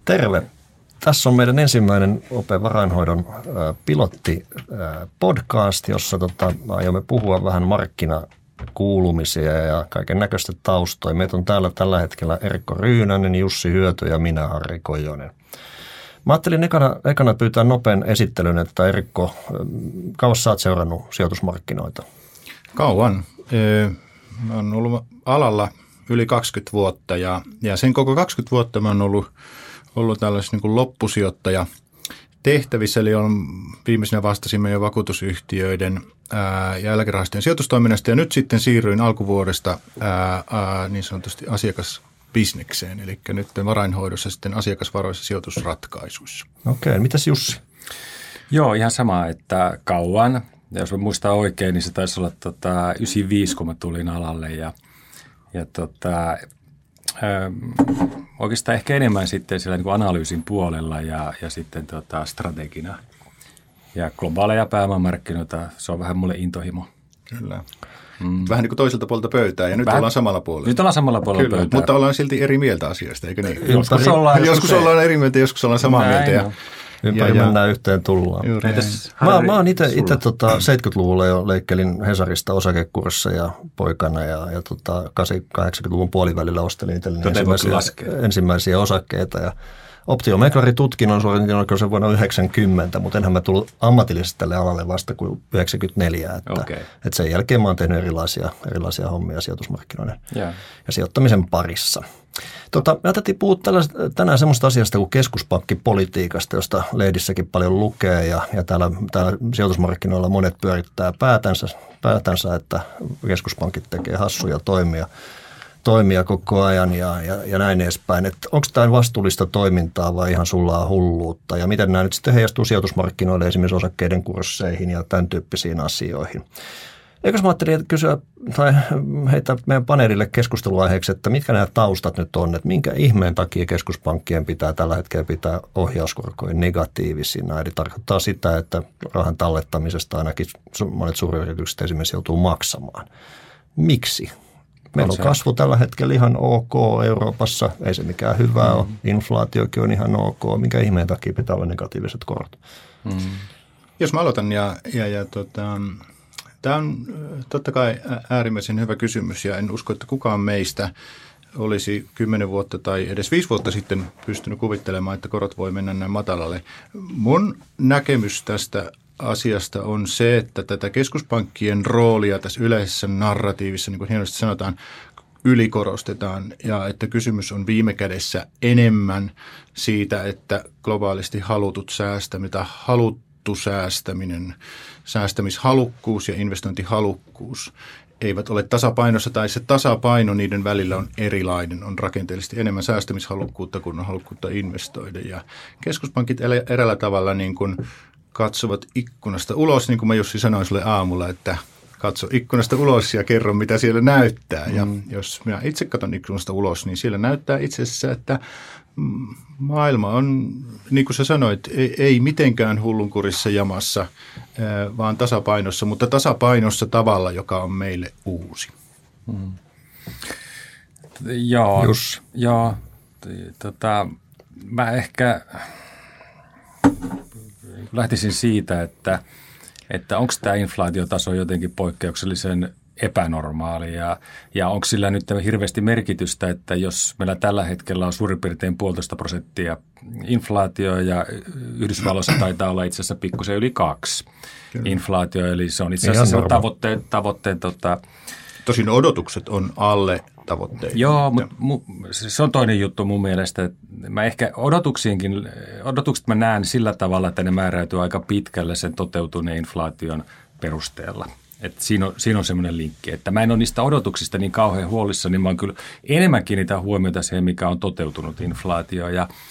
Terve. Tässä on meidän ensimmäinen OP Varainhoidon pilottipodcast, jossa aiomme puhua vähän markkinakuulumisia ja kaiken näköistä taustoja. Meitä on täällä tällä hetkellä Erkko Ryynänen, Jussi Hyöty ja minä Harri Kojonen. Mä ajattelin ekana pyytää nopean esittelyn, että Erkko, kauan sä oot seurannut sijoitusmarkkinoita? Kauan. Mä oon ollut alalla yli 20 vuotta ja sen koko 20 vuotta mä oon ollut tällaisessa niin kuin loppusijoittaja tehtävissä, eli viimeisenä vastasimme jo vakuutusyhtiöiden ja eläkerahastojen sijoitustoiminnasta ja nyt sitten siirryin alkuvuodesta niin sanotusti asiakasbisnekseen, eli nyt varainhoidossa sitten asiakasvaroissa sijoitusratkaisuissa. Okei, mitäs Jussi? Joo, ihan sama, että kauan. Ja jos mä muistan oikein, niin se taisi olla 95, kun mä tulin alalle ja oikeastaan ehkä enemmän sitten siellä niin kuin analyysin puolella ja sitten strategina. Ja globaaleja pääomamarkkinoita, se on vähän mulle intohimo. Kyllä. Vähän niin kuin toiselta puolelta pöytää ja nyt ollaan samalla puolella. Nyt ollaan samalla puolella pöytää. Mutta ollaan silti eri mieltä asiasta, eikö niin? Joskus ollaan eri mieltä, joskus ollaan samaa mieltä. Ja ympäri mennään yhteen tullaan. Mä oon itse 70-luvulla jo leikkelin Hesarista osakekursseja poikana ja 80-luvun puolivälillä ostelin itselleni ensimmäisiä osakkeita ja optiomeklaritutkinnon suoritin oikein vuonna 1990, mutta enhän mä tullut ammatillisesti tälle alalle vasta kuin 1994. Että sen jälkeen mä oon tehnyt erilaisia hommia sijoitusmarkkinoiden ja sijoittamisen parissa. Me ajattelin puhua tänään semmoista asiasta kuin keskuspankkipolitiikasta, josta lehdissäkin paljon lukee ja täällä sijoitusmarkkinoilla monet pyörittää päätänsä, että keskuspankit tekee hassuja toimia koko ajan ja näin edespäin. Onko tämä vastuullista toimintaa vai ihan sullaa hulluutta ja miten nämä nyt sitten heijastuu sijoitusmarkkinoille esimerkiksi osakkeiden kursseihin ja tämän tyyppisiin asioihin. Eikös mä ajattelin kysyä tai heittää meidän paneelille keskusteluaiheeksi, että mitkä nämä taustat nyt on, että minkä ihmeen takia keskuspankkien pitää tällä hetkellä pitää ohjauskorkoja negatiivisina. Eli tarkoittaa sitä, että rahan tallettamisesta ainakin monet suuryritykset esimerkiksi joutuu maksamaan. Miksi? Meillä on kasvu tällä hetkellä ihan ok Euroopassa, ei se mikään hyvää ole. Inflaatiokin on ihan ok. Minkä ihmeen takia pitää olla negatiiviset korot? Jos mä aloitan tämä on totta kai äärimmäisen hyvä kysymys ja en usko, että kukaan meistä olisi 10 vuotta tai edes 5 vuotta sitten pystynyt kuvittelemaan, että korot voi mennä näin matalalle. Mun näkemys tästä asiasta on se, että tätä keskuspankkien roolia tässä yleisessä narratiivissa, niin kuin hienosti sanotaan, ylikorostetaan ja että kysymys on viime kädessä enemmän siitä, että globaalisti halutut säästäminen, säästämishalukkuus ja investointihalukkuus eivät ole tasapainossa tai se tasapaino niiden välillä on erilainen. On rakenteellisesti enemmän säästämishalukkuutta kuin on halukkuutta investoida ja keskuspankit eräällä tavalla niin kuin katsovat ikkunasta ulos, niin kuin mä Jussi sanoin sulle aamulla, että katso ikkunasta ulos ja kerro, mitä siellä näyttää. Ja jos minä itse katson ikkunasta ulos, niin siellä näyttää itse asiassa, että maailma on, niin kuin sä sanoit, ei mitenkään hullunkurissa jamassa, vaan tasapainossa, mutta tasapainossa tavalla, joka on meille uusi. Joo, mä ehkä lähtisin siitä, että onko tämä inflaatiotaso jotenkin poikkeuksellisen epänormaali ja onko sillä nyt hirveästi merkitystä, että jos meillä tällä hetkellä on suurin piirtein 1,5% inflaatio ja Yhdysvalloissa taitaa olla itse asiassa pikkusen yli 2 inflaatio, eli se on itse asiassa tavoitteen Tosin odotukset on alle tavoitteita. Joo, mutta se on toinen juttu mun mielestä. Mä ehkä odotukset mä näen sillä tavalla, että ne määräytyy aika pitkälle sen toteutuneen inflaation perusteella. Että siinä on semmoinen linkki, että mä en ole niistä odotuksista niin kauhean huolissa, niin mä oon kyllä enemmän kiinnitän huomiota siihen, mikä on toteutunut inflaatio.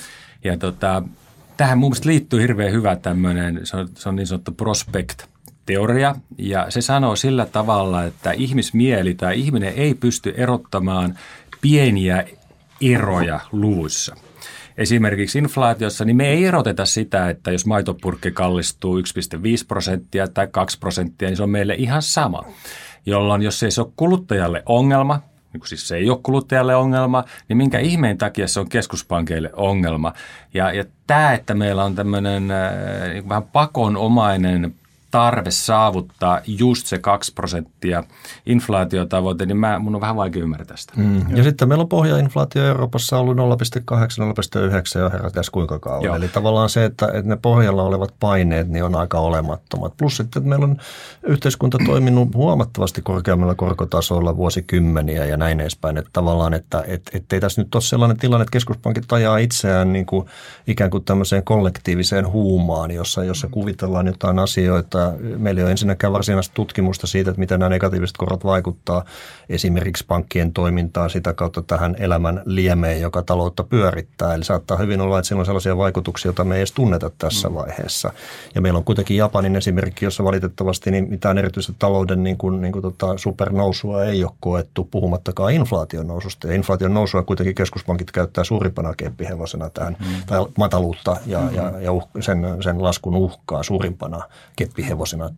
Tähän mun mielestä liittyy hirveän hyvä tämmöinen, se on niin sanottu prospect-teoria, ja se sanoo sillä tavalla, että ihmismieli tai ihminen ei pysty erottamaan pieniä eroja luvuissa. Esimerkiksi inflaatiossa, niin me ei eroteta sitä, että jos maitopurkki kallistuu 1,5% tai 2%, niin se on meille ihan sama. Jolloin jos ei se ole kuluttajalle ongelma, niin siis se ei ole kuluttajalle ongelma, niin minkä ihmeen takia se on keskuspankeille ongelma. Ja tämä, että meillä on tämmöinen niin vähän pakonomainen tarve saavuttaa just se 2% inflaatiotavoite, niin mun on vähän vaikea ymmärtää sitä. Ja sitten meillä on pohjainflaatio Euroopassa ollut 0,8, 0,9 jo herätäs kuinka kauan. Joo. Eli tavallaan se, että ne pohjalla olevat paineet niin on aika olemattomat. Plus sitten, että meillä on yhteiskunta toiminut huomattavasti korkeammilla korkotasoilla vuosikymmeniä ja näin edespäin. Että tavallaan, että ei tässä nyt ole sellainen tilanne, että keskuspankit ajaa itseään niin kuin ikään kuin tämmöiseen kollektiiviseen huumaan, jossa kuvitellaan jotain asioita. Meillä ei ole ensinnäkään varsinaista tutkimusta siitä, että miten nämä negatiiviset korot vaikuttaa esimerkiksi pankkien toimintaan sitä kautta tähän elämän liemeen, joka taloutta pyörittää. Eli saattaa hyvin olla, että sillä on sellaisia vaikutuksia, joita me ei edes tunneta tässä vaiheessa. Ja meillä on kuitenkin Japanin esimerkki, jossa valitettavasti niin mitään erityistä talouden supernousua ei ole koettu, puhumattakaan inflaation noususta. Ja inflaation nousua kuitenkin keskuspankit käyttää suurimpana keppihevosena tähän, tai mataluutta ja sen laskun uhkaa suurimpana keppihevosena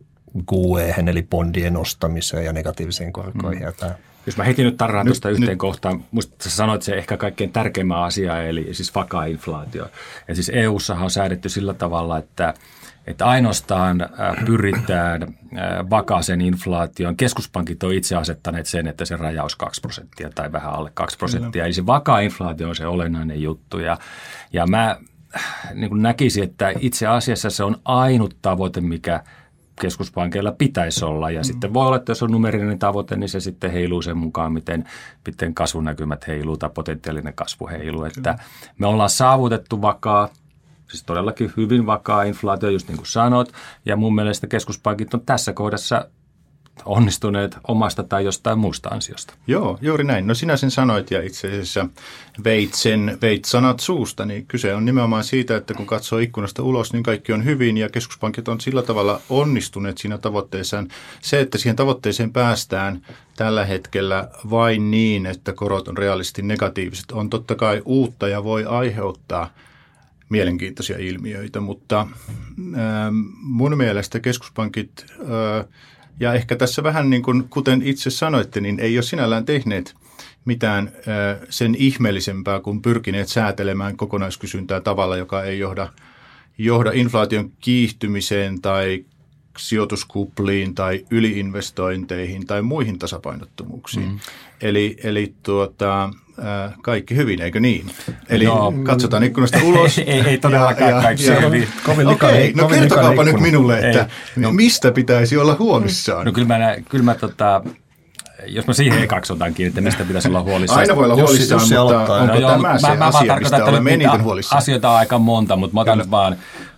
QE:hen eli bondien ostamiseen ja negatiivisiin korkoihin. Jos mä heti nyt tarraan tuosta yhteen kohtaan, musta sä sanoit se ehkä kaikkein tärkeimmä asia, eli siis vakaa inflaatio. Ja siis EU:ssahan on säädetty sillä tavalla, että ainoastaan pyritään vakaaseen inflaatioon. Keskuspankit on itse asettaneet sen, että se rajaus 2% tai vähän alle 2%. Eli se vakaa inflaatio on se olennainen juttu. Ja mä niin kuin näkisin, että itse asiassa se on ainut tavoite, mikä keskuspankeilla pitäisi olla. Ja sitten voi olla, että jos on numerinen tavoite, niin se sitten heiluu sen mukaan, miten kasvunäkymät heiluu tai potentiaalinen kasvu heiluu. Että me ollaan saavutettu vakaa, siis todellakin hyvin vakaa inflaatio, just niin kuin sanot. Ja mun mielestä keskuspankit on tässä kohdassa onnistuneet omasta tai jostain muusta ansiosta. Joo, juuri näin. No sinä sen sanoit ja itse asiassa veit sanat suusta, niin kyse on nimenomaan siitä, että kun katsoo ikkunasta ulos, niin kaikki on hyvin ja keskuspankit on sillä tavalla onnistuneet siinä tavoitteessaan. Se, että siihen tavoitteeseen päästään tällä hetkellä vain niin, että korot on realistisesti negatiiviset, on totta kai uutta ja voi aiheuttaa mielenkiintoisia ilmiöitä, mutta mun mielestä keskuspankit ja ehkä tässä vähän niin kuin, kuten itse sanoitte, niin ei ole sinällään tehneet mitään sen ihmeellisempää kuin pyrkineet säätelemään kokonaiskysyntää tavalla, joka ei johda inflaation kiihtymiseen tai sijoituskupliin tai yliinvestointeihin tai muihin tasapainottomuuksiin. Eli kaikki hyvin, eikö niin? Eli katsotaan ikkunasta ulos. ei todellakaan kaikki hyvin. No kertokaapa nyt minulle, että mistä pitäisi olla huolissaan? No kyllä mä jos mä siihen ekaksi otan kiinni, että mistä pitäisi olla huolissaan. Aina voi olla huolissaan, mutta onko tämä se asia, mistä olemme eniten huolissaan? Asioita on aika monta, mutta mä otan nyt vaan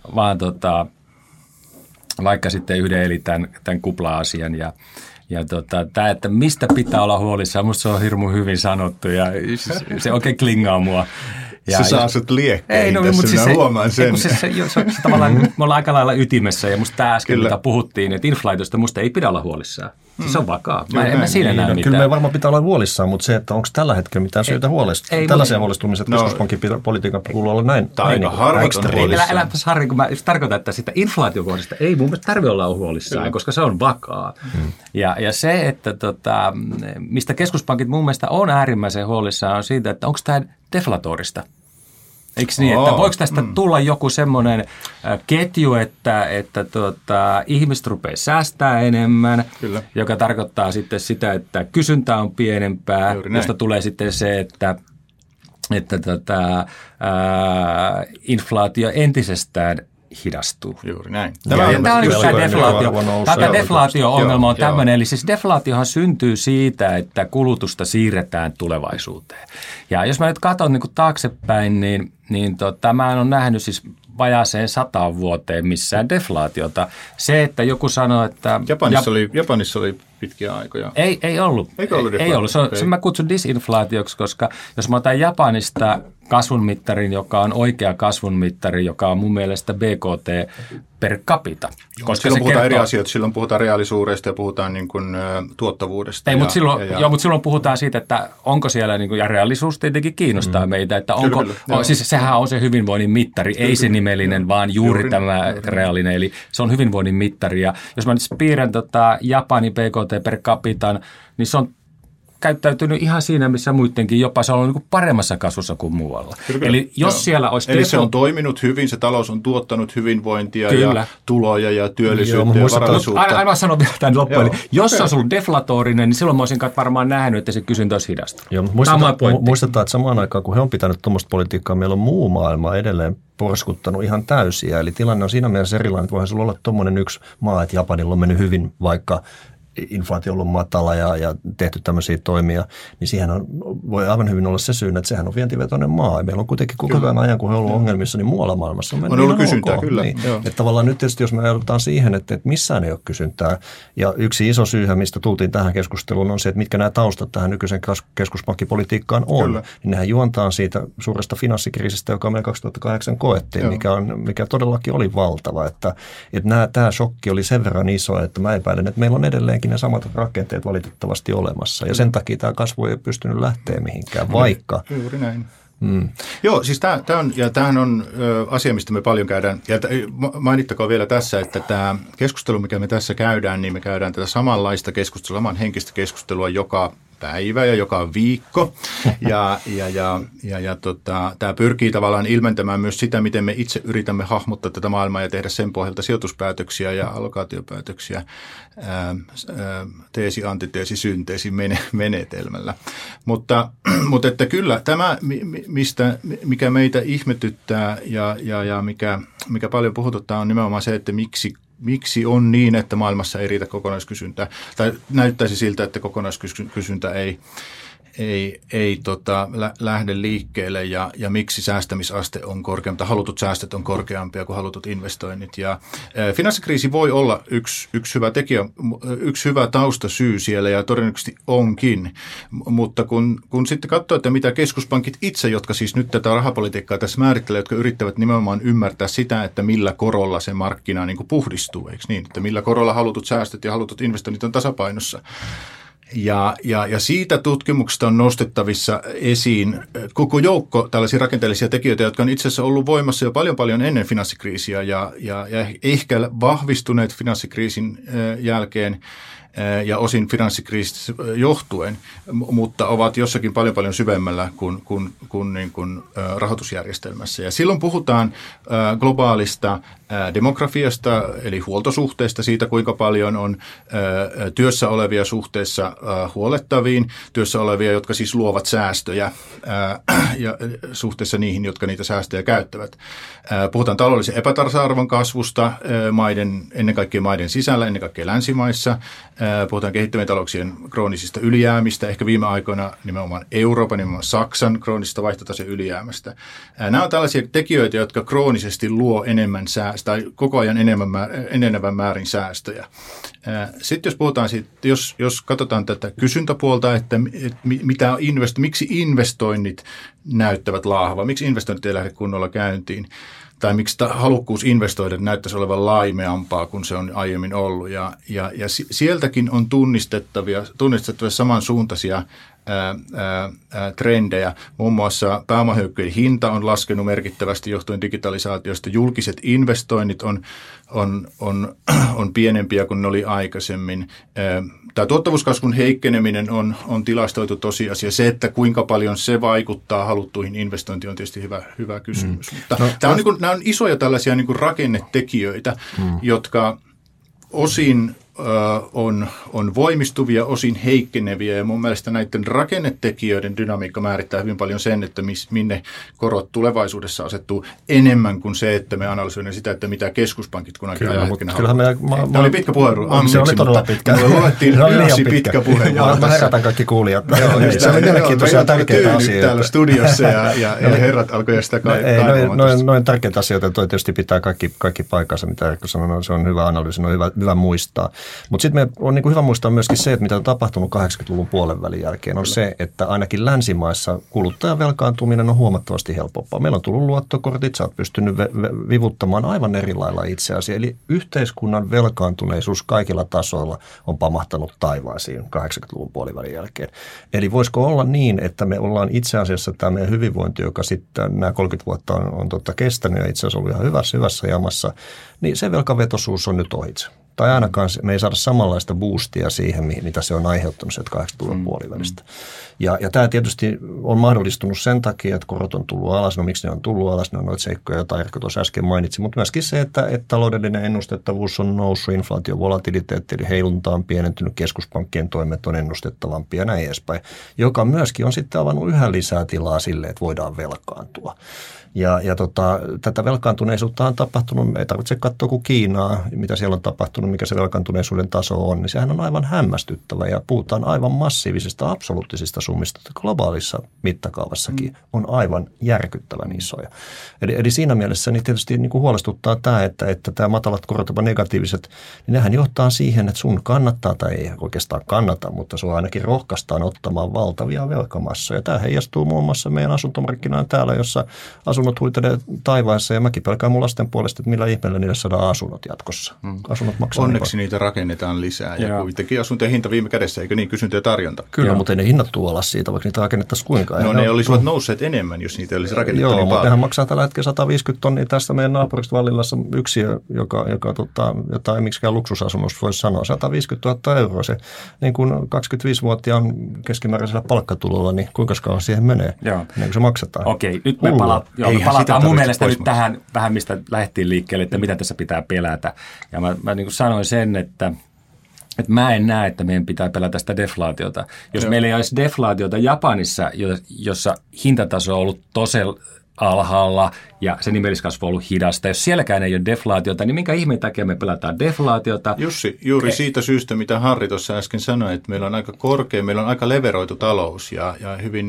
vaikka sitten yhden eli tämän kupla-asian ja tämä, että mistä pitää olla huolissaan, musta se on hirmu hyvin sanottu ja se oikein klingaa mua. Se saa sut liekkeihin tässä, minä huomaan sen. Se tavallaan, me ollaan aika lailla ytimessä ja musta tämä äsken, mitä puhuttiin, että inflaatiosta musta ei pidä olla huolissaan. Se on vakaa. En siinä näe mitään. Kyllä me varmaan pitää olla huolissaan, mutta se, että onko tällä hetkellä mitään syytä huolestua. Tällaisia huolestumisia, että keskuspankin politiikan kuuluu olla näin. Aika harvat on huolissaan. Äläpäs Harri, kun mä tarkoitan, että sitä inflaatiokohdista ei mun mielestä tarvitse olla huolissaan, koska se on vakaa. Ja se, että mistä keskuspankit mun mielestä on äärimmäisen huolissaan, on siitä, että onko tämä deflatorista. Eikö niin, että voiko tästä tulla joku semmoinen ketju, että ihmiset rupeaa säästää enemmän, joka tarkoittaa sitten sitä, että kysyntä on pienempää, josta tulee sitten se, että inflaatio entisestään hidastuu. Juuri näin. Tämä deflaatio-ongelma on tämmöinen, eli siis deflaatiohan syntyy siitä, että kulutusta siirretään tulevaisuuteen. Ja jos mä nyt katson niin kuin taaksepäin, niin mä en ole nähnyt siis vajaaseen 100 vuoteen missään deflaatiota. Se, että joku sanoo, että Japanissa oli pitkiä aikoja. Ei ollut. Ei ollut. Sen mä kutsun disinflaatioksi, koska jos mä otan Japanista kasvunmittarin, joka on oikea kasvunmittari, joka on mun mielestä BKT per capita. Koska silloin puhutaan eri asioita. Silloin puhutaan reaalisuudesta ja puhutaan niin kuin tuottavuudesta. Ei, mutta silloin puhutaan siitä, että onko siellä, niin kuin, ja reaalisuus tietenkin kiinnostaa meitä, että onko, siis sehän on se hyvinvoinnin mittari, ei se nimellinen, vaan juuri tämä reaalinen, eli se on hyvinvoinnin mittari. Ja jos mä nyt piirrän Japanin BKT per capitan, niin se on käyttäytynyt ihan siinä, missä muidenkin, jopa se on ollut niin paremmassa kasvussa kuin muualla. Kyllä. Eli jos siellä olisi... Eli se on toiminut hyvin, se talous on tuottanut hyvinvointia ja tuloja ja työllisyyttä ja varallisuutta. Aivan sanon vielä tämän loppuun. Jos se olisi ollut deflatorinen, niin silloin mä olisin varmaan nähnyt, että se kysyntä olisi hidastunut. Muistetaan, että samaan aikaan, kun he on pitänyt tuommoista politiikkaa, meillä on muu maailma edelleen porskuttanut ihan täysiä. Eli tilanne on siinä mielessä erilainen, että voihan sulla olla tuommoinen yksi maa, että Japanilla on mennyt hyvin, vaikka inflaatio on ollut matala ja tehty tämmöisiä toimia, niin siihen voi aivan hyvin olla se syy, että sehän on vientivetoinen maa. Meillä on kuitenkin koko ajan ajan, kun he on ollut ongelmissa, niin muualla maailmassa on ollut kysyntää, kyllä. Niin. Että tavallaan nyt tietysti, jos me joudutaan siihen, että missään ei ole kysyntää, ja yksi iso syy, mistä tultiin tähän keskusteluun, on se, että mitkä nämä taustat tähän nykyisen keskuspankkipolitiikkaan on. Kyllä. Niin nehän juontaa siitä suuresta finanssikriisistä, joka meillä 2008 koettiin, mikä todellakin oli valtava. Että tämä shokki oli sen verran iso, että mä epäilen, että meillä on edelleenkin ne samat rakenteet valitettavasti olemassa. Ja sen takia tämä kasvu ei ole pystynyt lähteä mihinkään, vaikka... Juuri näin. Joo, siis tämähän on asia, mistä me paljon käydään. Ja mainittakoon vielä tässä, että tämä keskustelu, mikä me tässä käydään, niin me käydään tätä samanlaista keskustelua, saman henkistä keskustelua joka päivä ja joka viikko. Tämä pyrkii tavallaan ilmentämään myös sitä, miten me itse yritämme hahmottaa tätä maailmaa ja tehdä sen pohjalta sijoituspäätöksiä ja allokaatiopäätöksiä teesi, antiteesi, synteesi menetelmällä. Mutta että kyllä tämä, mikä meitä ihmetyttää ja mikä paljon puhututtaa, on nimenomaan se, että miksi on niin, että maailmassa ei riitä kokonaiskysyntää, tai näyttäisi siltä, että kokonaiskysyntä ei lähde liikkeelle ja miksi säästämisaste on korkeampi, halutut säästöt on korkeampia kuin halutut investoinnit. Ja finanssikriisi voi olla yksi hyvä tekijä, yksi hyvä taustasyy siellä ja todennäköisesti onkin, mutta kun sitten katsoo, että mitä keskuspankit itse, jotka siis nyt tätä rahapolitiikkaa tässä määrittelee, jotka yrittävät nimenomaan ymmärtää sitä, että millä korolla se markkina niin kuin puhdistuu, eikö niin, että millä korolla halutut säästöt ja halutut investoinnit on tasapainossa. Ja siitä tutkimuksesta on nostettavissa esiin koko joukko tällaisia rakenteellisia tekijöitä, jotka on itse asiassa ollut voimassa jo paljon ennen finanssikriisiä ja ehkä vahvistuneet finanssikriisin jälkeen ja osin finanssikriisistä johtuen, mutta ovat jossakin paljon syvemmällä kuin rahoitusjärjestelmässä. Ja silloin puhutaan globaalista demografiasta, eli huoltosuhteesta, siitä kuinka paljon on työssä olevia suhteessa huolettaviin, työssä olevia, jotka siis luovat säästöjä ja suhteessa niihin, jotka niitä säästöjä käyttävät. Puhutaan taloudellisen epätasa-arvon kasvusta ennen kaikkea maiden sisällä, ennen kaikkea länsimaissa. Puhutaan kehittyvien talouksien kroonisista ylijäämistä, ehkä viime aikoina nimenomaan Euroopan, nimenomaan Saksan kroonisista vaihtotaseen ylijäämästä. Nämä on tällaisia tekijöitä, jotka kroonisesti luo enemmän tai koko ajan enenevän määrin säästöjä. Sitten jos puhutaan siitä, jos katsotaan tätä kysyntäpuolta, että miksi investoinnit näyttävät laahava, miksi investoinnit ei lähde kunnolla käyntiin, tai miksi halukkuus investoida näyttäisi olevan laimeampaa kuin se on aiemmin ollut. Ja sieltäkin on tunnistettavia samansuuntaisia trendejä. Muun muassa pääomahyödykkeiden hinta on laskenut merkittävästi johtuen digitalisaatiosta. Julkiset investoinnit on pienempiä kuin ne oli aikaisemmin. Tämä tuottavuuskasvun heikkeneminen on tilastoitu tosiasia. Se, että kuinka paljon se vaikuttaa haluttuihin investointiin, on tietysti hyvä kysymys. Mutta nämä on isoja tällaisia niin kuin rakennetekijöitä, jotka osin on voimistuvia, osin heikkeneviä, ja mun mielestä näiden rakennetekijöiden dynamiikka määrittää hyvin paljon sen, että minne korot tulevaisuudessa asettuu enemmän kuin se, että me analysoimme sitä, että mitä keskuspankit kunakin ajahetkenä haluaa. Tämä oli pitkä puheenvuoro. Se oli todella pitkä. Me luettiin ylsi pitkä puheenvuoro. Mä herätän kaikki kuulijat. Se oli mielenkiintoisia ja tärkeitä asioita. Täällä studiossa ja herrat alkoi sitä kaivamaan. Noin tärkeitä asioita, toi tietysti pitää kaikki paikkansa, mitä Erkko sanoi, se on hyvä analyysi, on hyvä muistaa. Mutta sitten on niin hyvä muistaa myöskin se, että mitä on tapahtunut 80-luvun puolen välin jälkeen, on se, että ainakin länsimaissa kuluttajan velkaantuminen on huomattavasti helpompaa. Meillä on tullut luottokortit, sä oot pystynyt vivuttamaan aivan eri lailla itse asiassa. Eli yhteiskunnan velkaantuneisuus kaikilla tasoilla on pamahtanut taivaisiin 80-luvun puolivälin jälkeen. Eli voisiko olla niin, että me ollaan itse asiassa tämä meidän hyvinvointi, joka sitten nämä 30 vuotta on kestänyt ja itse asiassa ollut ihan hyvässä jamassa, niin se velkavetoisuus on nyt ohitse. Tai ainakaan me ei saada samanlaista boostia siihen, mitä se on aiheuttanut 80-luvun puolivälistä. Ja tämä tietysti on mahdollistunut sen takia, että korot on tullut alas. No miksi ne on tullut alas? Ne on noita seikkoja, joita Erkko tuossa äsken mainitsi. Mutta myöskin se, että taloudellinen ennustettavuus on noussut, inflaation volatiliteetti eli heilunta on pienentynyt, keskuspankkien toimet on ennustettavampia ja näin edespäin. Joka myöskin on sitten avannut yhä lisää tilaa sille, että voidaan velkaantua. Ja tätä velkaantuneisuutta on tapahtunut, ei tarvitse katsoa kuin Kiinaa, mitä siellä on tapahtunut, mikä se velkaantuneisuuden taso on, niin sehän on aivan hämmästyttävä ja puhutaan aivan massiivisista absoluuttisista summista, että globaalissa mittakaavassakin on aivan järkyttävän isoja. Eli siinä mielessä niin tietysti niin kuin huolestuttaa tämä, että tämä matalat korot, jopa negatiiviset, niin nehän johtaa siihen, että sun kannattaa tai ei oikeastaan kannata, mutta sua ainakin rohkaistaan ottamaan valtavia velkamassoja. Tämä heijastuu muun muassa meidän asuntomarkkinaan täällä, jossa asunnot huitelee taivaassa ja mäkin pelkään mun lasten puolesta, että millä ihmeellä niille saadaan asunnot jatkossa. Asunnot maksaa. Onneksi niitä rakennetaan lisää ja kuitenkin asuntojen hinta viime kädessä, eikö niin, kysyntä ja tarjonta? Kyllä, mutta ei ne hinnat tule alas siitä, vaikka niitä rakennettaisiin kuinka. No ne olisivat nousseet enemmän, jos niitä olisi rakennettu niin paljon. Joo, mutta nehän maksaa tällä hetkellä 150 tonnia tästä meidän naapurista Vallilassa yksiö, jota ei miksikään luksusasunnosta voisi sanoa. 150 000 euroa se niin kuin 25-vuotiaan keskimääräisellä palkkatulolla, niin kuinka kauan siihen menee, niin kun se maksetaan. Okei, nyt me palataan mun mielestä nyt tähän vähän, mistä lähdettiin liikkeelle, että mitä tässä pitää pelätä. Ja mä niin kuin sanoin sen, että mä en näe, että meidän pitää pelätä sitä deflaatiota. Jos meillä ei olisi deflaatiota Japanissa, jossa hintataso on ollut tosi alhaalla ja se nimelliskasvu on ollut hidasta. Jos sielläkään ei ole deflaatiota, niin minkä ihmeen takia me pelataan deflaatiota? Jussi, juuri siitä syystä, mitä Harri tuossa äsken sanoi, että meillä on aika korkea, meillä on aika leveroitu talous ja hyvin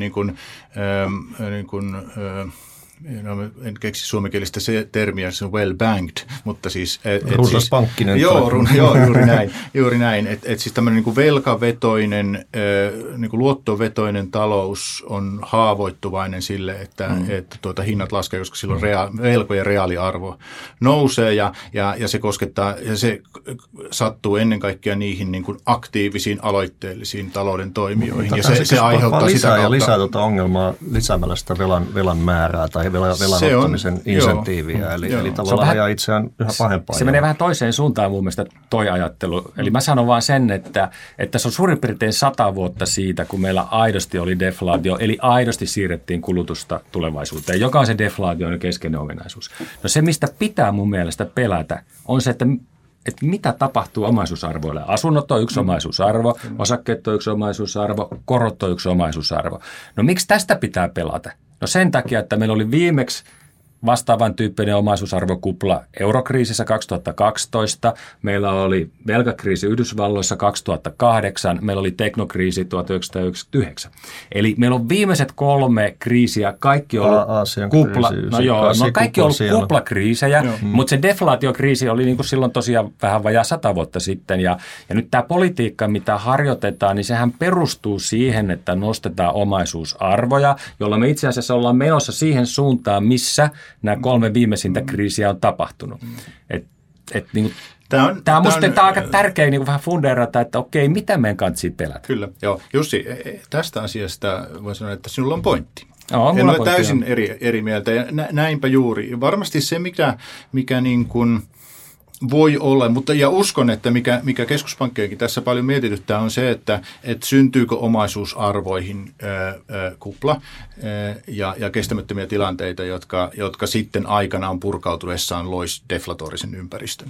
en keksi suomenkielistä se termiä, se on well banked, mutta siis... Runsaspankkinen. Juuri näin. Että siis tämmöinen niin kuin velkavetoinen, niin kuin luottovetoinen talous on haavoittuvainen sille, että hinnat laskee, koska silloin velkojen reaaliarvo nousee ja se koskettaa, ja se sattuu ennen kaikkea niihin niin kuin aktiivisiin, aloitteellisiin talouden toimijoihin. Ja se aiheuttaa sitä kautta... Ja lisää tuota ongelmaa lisäämällä sitä velan määrää tai velan ottamisen insentiiviä, eli tavallaan ajaa itseään yhä pahempaa. Se menee vähän toiseen suuntaan mun mielestä toi ajattelu. Eli mä sanon vaan sen, että se on suurin piirtein 100 vuotta siitä, kun meillä aidosti oli deflaatio, eli aidosti siirrettiin kulutusta tulevaisuuteen, joka on se deflaation keskeinen ominaisuus. No se, mistä pitää mun mielestä pelätä, on se, että mitä tapahtuu omaisuusarvoille. Asunnot on yksi omaisuusarvo, osakkeet on yksi omaisuusarvo, korot on yksi omaisuusarvo. No miksi tästä pitää pelata? No sen takia, että meillä oli viimeksi vastaavan tyyppinen omaisuusarvokupla eurokriisissä 2012, meillä oli velkakriisi Yhdysvalloissa 2008, meillä oli teknokriisi 1999. Eli meillä on viimeiset 3 kriisiä, kaikki on ollut kaikki on ollut kuplakriisejä, mutta se deflaatiokriisi oli niin kuin silloin tosiaan vähän vajaa 100 vuotta sitten. Ja nyt tämä politiikka, mitä harjoitetaan, niin sehän perustuu siihen, että nostetaan omaisuusarvoja, jolla me itse asiassa ollaan menossa siihen suuntaan, missä nämä 3 viimeisintä kriisiä on tapahtunut. Niin tämä on minusta aika tärkeää niin vähän fundeerata, että okei, mitä meidän kansi pelätä? Kyllä, joo. Jussi, tästä asiasta voin sanoa, että sinulla on pointti. En ole täysin eri mieltä ja näinpä juuri. Varmasti se, mikä niin kuin voi olla, mutta ja uskon, että mikä keskuspankkejakin tässä paljon mietityttää on se, että syntyykö omaisuusarvoihin kupla ja kestämättömiä tilanteita, jotka sitten aikanaan purkautuessaan loisi deflatorisen ympäristön.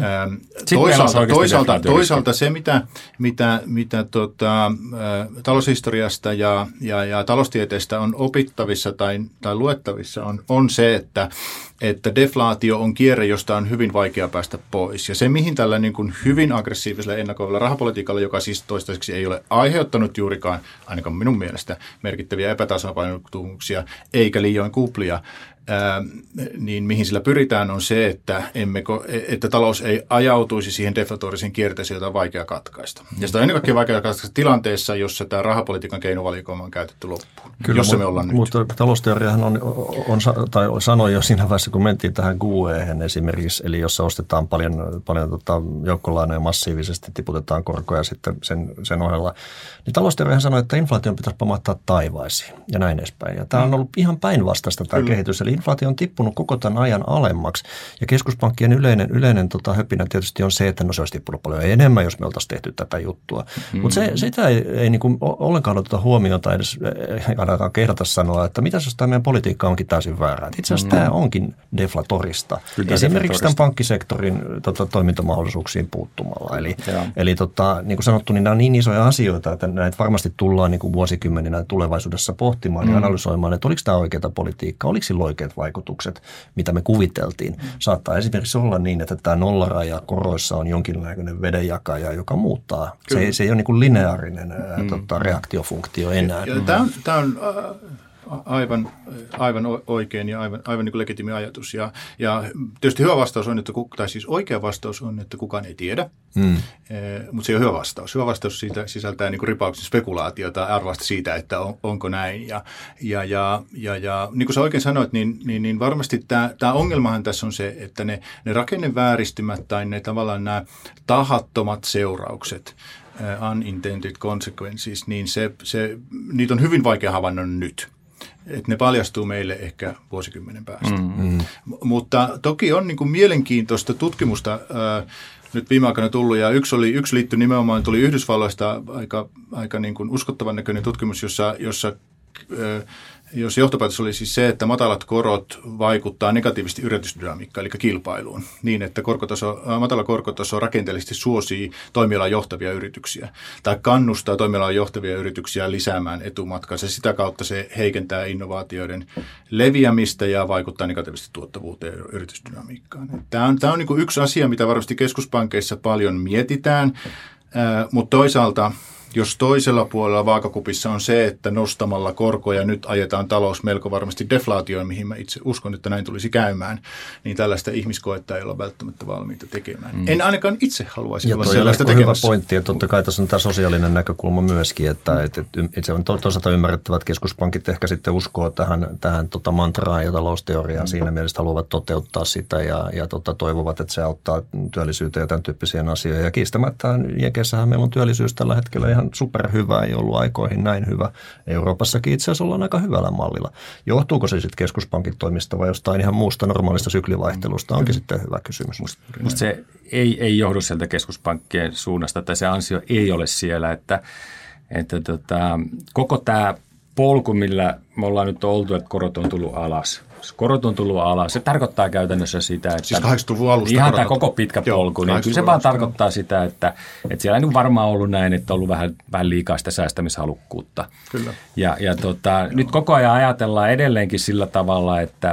Toisaalta se, mitä taloushistoriasta ja taloustieteestä on opittavissa tai luettavissa on se, että deflaatio on kierre, josta on hyvin vaikea päästä pois. Ja se, mihin tällä niin kuin hyvin aggressiivisella ennakoivalla rahapolitiikalla, joka siis toistaiseksi ei ole aiheuttanut juurikaan, ainakaan minun mielestä, merkittäviä epätasapainotuksia eikä liioin kuplia, niin mihin sillä pyritään on se, että talous ei ajautuisi siihen deflatorisen kierteeseen, jota on vaikea katkaista. Ja sitä on ennen kaikkea vaikea katkaista tilanteessa, jossa tämä rahapolitiikan keinovalikoima on käytetty loppuun, jossa me ollaan nyt. Mutta talousteoriahan sanoi jo siinä vaiheessa, kun mentiin tähän QE:hen esimerkiksi, eli jossa ostetaan paljon joukkolainoja massiivisesti, tiputetaan korkoja sitten sen ohella, niin talousteoriahan sanoi, että inflaation pitäisi pamahtaa taivaisiin ja näin edespäin. Ja tämä on ollut ihan päinvastaista tämä kehitys, eli inflaatio on tippunut koko tämän ajan alemmaksi. Ja keskuspankkien yleinen höpinä tietysti on se, että no se olisi tippunut paljon enemmän, jos me oltaisiin tehty tätä juttua. Mutta sitä ei niin kuin ollenkaan oteta huomioon tai edes ainakaan kehdata sanoa, että mitä jos tämä meidän politiikka onkin täysin väärää. Itse asiassa tämä onkin deflatorista. Esimerkiksi tämän pankkisektorin toimintamahdollisuuksiin puuttumalla. Eli niin kuin sanottu, niin nämä on niin isoja asioita, että näitä varmasti tullaan niin kuin vuosikymmeninä tulevaisuudessa pohtimaan ja analysoimaan, että oliko tämä oikeaa politiikkaa, oliko sillä oikeat vaikutukset, mitä me kuviteltiin. Saattaa esimerkiksi olla niin, että tämä nollaraja koroissa on jonkinlainen vedenjakaja, joka muuttaa. Se ei ole niin kuin lineaarinen reaktiofunktio enää. Tämä on aivan oikein ja aivan niin kuin legitimi ajatus. Ja tietysti hyvä vastaus on, oikea vastaus on, että kukaan ei tiedä, mutta se ei ole hyvä vastaus. Hyvä vastaus siitä sisältää niin kuin ripauksen spekulaatiota arvasta siitä, että onko näin. Ja niin kuin sä oikein sanoit, niin varmasti tämä ongelmahan tässä on se, että ne rakennevääristymät tai ne tavallaan nämä tahattomat seuraukset, unintended consequences, niin niitä on hyvin vaikea havainnoida nyt. Että ne paljastuu meille ehkä vuosikymmenen päästä. Mutta toki on niin kuin mielenkiintoista tutkimusta nyt viime aikoina tullut, ja yksi liittyi nimenomaan, tuli Yhdysvalloista aika niin kuin uskottavan näköinen tutkimus, jossa johtopäätös oli siis se, että matalat korot vaikuttaa negatiivisesti yritysdynamiikkaan, eli kilpailuun, niin että matala korkotaso rakenteellisesti suosii toimialan johtavia yrityksiä tai kannustaa toimialan johtavia yrityksiä lisäämään etumatkansa. Sitä kautta se heikentää innovaatioiden leviämistä ja vaikuttaa negatiivisesti tuottavuuteen ja yritysdynamiikkaan. Tämä on niin kuin yksi asia, mitä varmasti keskuspankeissa paljon mietitään, mutta toisaalta jos toisella puolella vaakakupissa on se, että nostamalla korkoja nyt ajetaan talous melko varmasti deflaatioon, mihin mä itse uskon, että näin tulisi käymään, niin tällaista ihmiskoetta ei ole välttämättä valmiita tekemään. En ainakaan itse haluaisi olla sellaista tekemässä. Hyvä pointti, että totta kai tässä on tämä sosiaalinen näkökulma myöskin, että se on toisaalta ymmärrettävä, että keskuspankit ehkä sitten uskoo tähän mantraan ja talousteoriaan siinä mielessä haluavat toteuttaa sitä ja toivovat, että se auttaa työllisyyteen ja tämän tyyppisiä asioita. Ja kiistämättä Jenkeissähän meillä on työllisyys tällä hetkellä ihan superhyvä, ei ollut aikoihin näin hyvä. Euroopassakin itse asiassa ollaan aika hyvällä mallilla. Johtuuko se sitten keskuspankin toimista vai jostain ihan muusta normaalista syklivaihtelusta, onkin sitten hyvä kysymys. Musta se ei johdu sieltä keskuspankkien suunnasta, tai se ansio ei ole siellä, että koko tämä polku, millä me ollaan nyt oltu, että korot on tullut alas. Korot on tullut alas. Se tarkoittaa käytännössä sitä, että siis 80-luvun alusta ihan tämä koko pitkä polku, niin kyllä se vaan tarkoittaa sitä, että siellä ei varmaan ollut näin, että on ollut vähän liikaa sitä säästämishalukkuutta. Kyllä. Ja nyt koko ajan ajatellaan edelleenkin sillä tavalla, että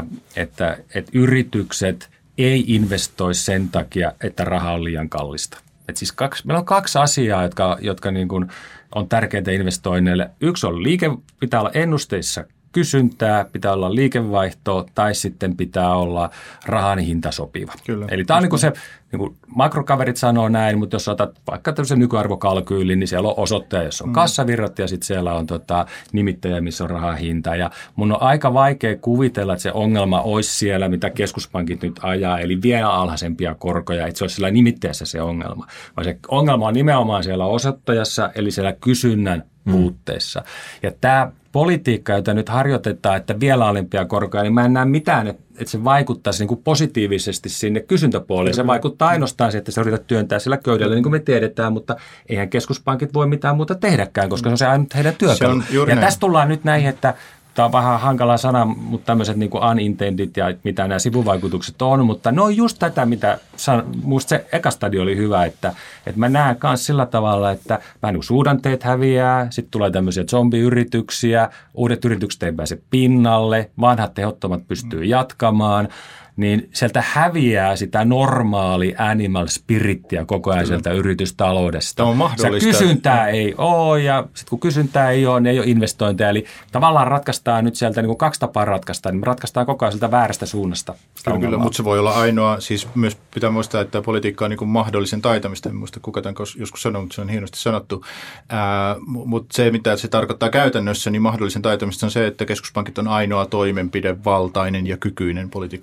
yritykset ei investoi sen takia, että raha on liian kallista. Et siis meillä on kaksi asiaa, jotka niin kuin on tärkeitä investoinneille. Yksi on pitää olla ennusteissa kysyntää, pitää olla liikevaihtoa tai sitten pitää olla rahan hinta sopiva. Kyllä. Eli tämä on niin kuin se, niin kuin makrokaverit sanoo näin, mutta jos otat vaikka tämmöisen nykyarvokalkyylin, niin siellä on osoittaja, jossa on kassavirrat ja sitten siellä on nimittäjä, missä on rahan hinta. Ja mun on aika vaikea kuvitella, että se ongelma olisi siellä, mitä keskuspankit nyt ajaa, eli vielä alhaisempia korkoja, että se olisi siellä nimittäjässä se ongelma. Vaan se ongelma on nimenomaan siellä osoittajassa, eli siellä kysynnän puutteessa. Ja tämä politiikka, jota nyt harjoitetaan, että vielä alempia korkoja, niin mä en näe mitään, että se vaikuttaisi niin kuin positiivisesti sinne kysyntäpuolelle. Se vaikuttaa ainoastaan siihen, että se yrität työntää sillä köydellä, niin kuin me tiedetään, mutta eihän keskuspankit voi mitään muuta tehdäkään, koska se on se ainut heidän työkalu. Ja tästä tullaan nyt näihin, että tämä on vähän hankala sana, mutta tämmöiset niin kuin unintended ja mitä nämä sivuvaikutukset on, mutta ne on just tätä, mitä musta se eka stadio oli hyvä, että mä näen myös sillä tavalla, että vähän niin kuin suhdanteet häviää, sitten tulee tämmöisiä zombiyrityksiä, uudet yritykset ei pääse pinnalle, vanhat tehottomat pystyy jatkamaan, niin sieltä häviää sitä normaali animal spirittiä koko ajan sieltä yritystaloudesta. Tämä on mahdollista. Kysyntää ei ole, ja sitten kun kysyntää ei ole, niin ei ole inostointeja. Eli tavallaan ratkaistaan nyt sieltä niin kuin kaksi tapaa ratkaista, niin me ratkaistaan koko ajan sieltä väärästä suunnasta. Kyllä, mutta se voi olla ainoa, siis myös pitää muistaa, että politiikka on niin kuin mahdollisen taitamista. En muista kuka tämän joskus sanoi, mutta se on hienosti sanottu. Mutta se, mitä se tarkoittaa käytännössä, niin mahdollisen taitamista on se, että keskuspankit on ainoa toimenpidevaltainen ja kykyinen politiikkataho tällä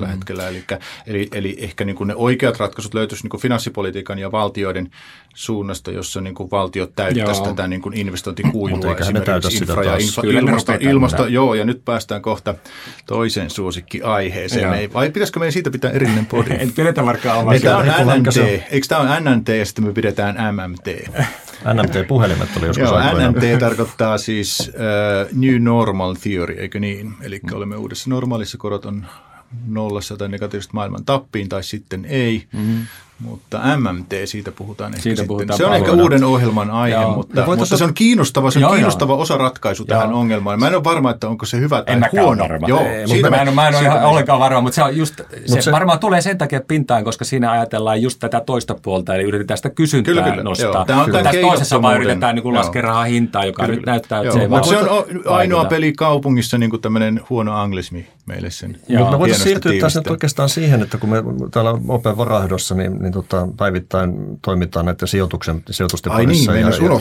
tällä hetkellä. Eli ehkä niin kuin ne oikeat ratkaisut löytyisi niin kuin finanssipolitiikan ja valtioiden suunnasta, jossa niin kuin valtiot täyttäisi tätä niin kuin investointikuilua, esimerkiksi infra- ja ilmasto. Joo, ja nyt päästään kohta toiseen suosikkiaiheeseen. Vai pitäisikö meidän siitä pitää erillinen podi? En pidetä varmaan. Tämä on NNT. Eikö tämä on NNT ja sitten me pidetään MMT? NMT-puhelimet oli joskus aikoina. NMT tarkoittaa siis New Normal Theory, eikö niin? Eli olemme uudessa normaalissa, korot on nollassa tai negatiivisesti maailman tappiin tai sitten ei. Mutta MMT, siitä puhutaan ehkä siitä sitten. Se on ehkä uuden ohjelman aihe, mutta se on kiinnostava osaratkaisu tähän ongelmaan. Mä en ole varma, että onko se hyvä tai huono. Mä en ole ihan ollenkaan varma, mutta se on just, se varmaan tulee sen takia pintaan, koska siinä ajatellaan just tätä toista puolta, eli yritetään sitä kysyntää nostaa. Tässä toisessa vaan yritetään niin laskea rahan hintaa, joka nyt näyttää, että se ei vaan. Se on ainoa peli kaupungissa, niin kuin tämmöinen huono anglismi meille sen. Mutta me voitaisiin siirtyä tässä nyt oikeastaan siihen, että kun me täällä Open Varahdossa, niin päivittäin toimitaan näiden sijoitusten parissa.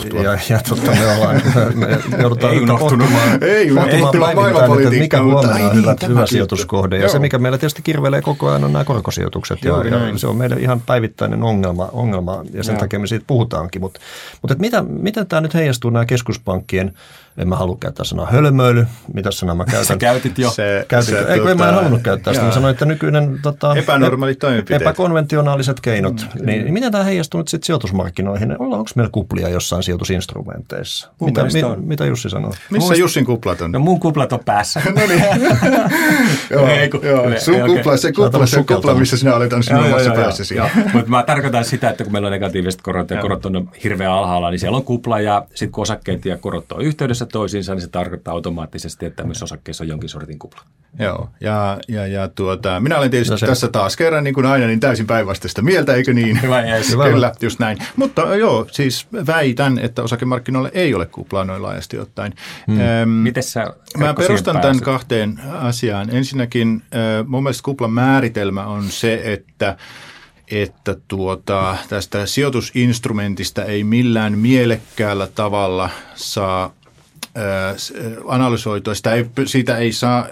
Me joudutaan pohtimaan päivittäin, että mikä huomenna on hyvä sijoituskohde. Ja se, mikä meillä tietysti kirvelee koko ajan, on nämä korkosijoitukset. Ja se on meille ihan päivittäinen ongelma ja sen takia me siitä puhutaankin. Mutta miten tämä nyt heijastuu nämä keskuspankkien, en mä halua käyttää sanaa hölmöily, mitä sanaa mä käytän? Sä käytit jo. Eikö mä en halunnut käyttää sitä. Mä sanoin, että nykyinen epänormaalit toimenpiteet. Epäkonventionaaliset keinot. Niin miten tämä heijastuu nyt sitten sijoitusmarkkinoihin? Onko meillä kuplia jossain sijoitusinstrumenteissa? Mitä Jussi sanoo? Missä Jussin kuplat on? No mun kuplat on päässä. No niin. Sun kupla, missä sinä olet, on sinun omassa päässäsi. Mutta mä tarkoitan sitä, että kun meillä on negatiiviset korot ja korot on hirveän alhaalla, niin siellä on kupla ja sitten kun osakkeet ja korot on yhteydessä toisiinsa, niin se tarkoittaa automaattisesti, että myös osakkeessa on jonkin sortin kupla. Joo, ja minä olen tietysti tässä taas kerran, niin kuin aina, niin täysin päinvastaista mieltä, eikö niin? Kyllä, just näin. Mutta joo, siis väitän, että osakemarkkinoilla ei ole kuplaa noin laajasti ottaen. Miten sä mä perustan tämän kahteen asiaan. Ensinnäkin mun mielestä kuplan määritelmä on se, että tästä sijoitusinstrumentista ei millään mielekkäällä tavalla saa analysoitua. Siitä ei saa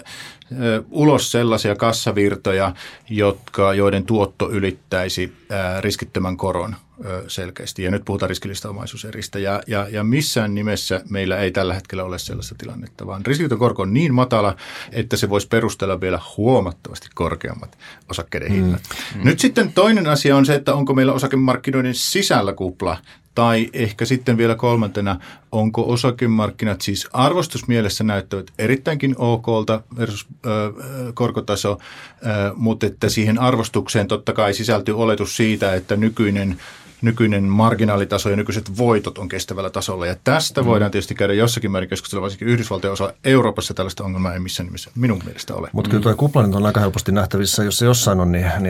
ulos sellaisia kassavirtoja, joiden tuotto ylittäisi riskittömän koron selkeästi. Ja nyt puhutaan riskillistä omaisuuseristä. Ja missään nimessä meillä ei tällä hetkellä ole sellaista tilannetta, vaan riskitön korko on niin matala, että se voisi perustella vielä huomattavasti korkeammat osakkeiden hinnat. Nyt sitten toinen asia on se, että onko meillä osakemarkkinoiden sisällä kupla, tai ehkä sitten vielä kolmantena, onko osakemarkkinat siis arvostusmielessä näyttävät erittäinkin okolta versus korkotaso, mutta että siihen arvostukseen totta kai sisältyy oletus siitä, että nykyinen marginaalitaso ja nykyiset voitot on kestävällä tasolla. Ja tästä voidaan tietysti käydä jossakin määrin keskustella, varsinkin Yhdysvaltojen osa. Euroopassa tällaista ongelmaa ei missään nimessä minun mielestä ole. Mutta kyllä tuo kupla nyt on aika helposti nähtävissä, jos se jossain on, niin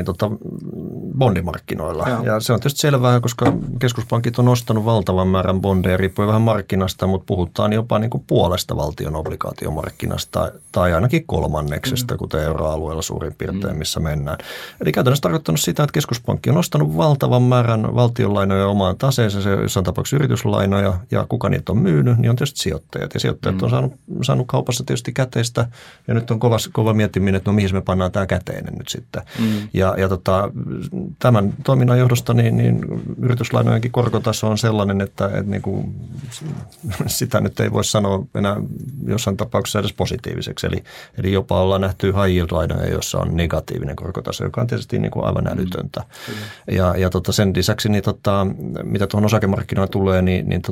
bondimarkkinoilla. Ja se on tietysti selvää, koska keskuspankit on ostanut valtavan määrän bondeja, riippuen vähän markkinasta, mutta puhutaan jopa niin kuin puolesta valtion obligaatiomarkkinasta tai ainakin kolmanneksesta, kuten euroalueella suurin piirtein, missä mennään. Eli käytännössä tarkoittanut sitä, että keskuspankki on ostanut valtavan määrän valtionlainoja omaan taseeseen, se jossain tapauksessa yrityslainoja, ja kuka niitä on myynyt, niin on tietysti sijoittajat. Ja sijoittajat on saanut kaupassa tietysti käteistä, ja nyt on kova miettiminen, että no mihin me pannaan tämä käteinen nyt sitten. Ja tämän toiminnan johdosta niin yrityslainojenkin korkotaso on sellainen, että niin kuin, sitä nyt ei voi sanoa enää jossain tapauksessa edes positiiviseksi. Eli jopa ollaan nähty high yield-lainoja, joissa on negatiivinen korkotaso, joka on tietysti niin kuin aivan älytöntä. Ja sen lisäksi, niin mitä tuohon osakemarkkinoille tulee, niin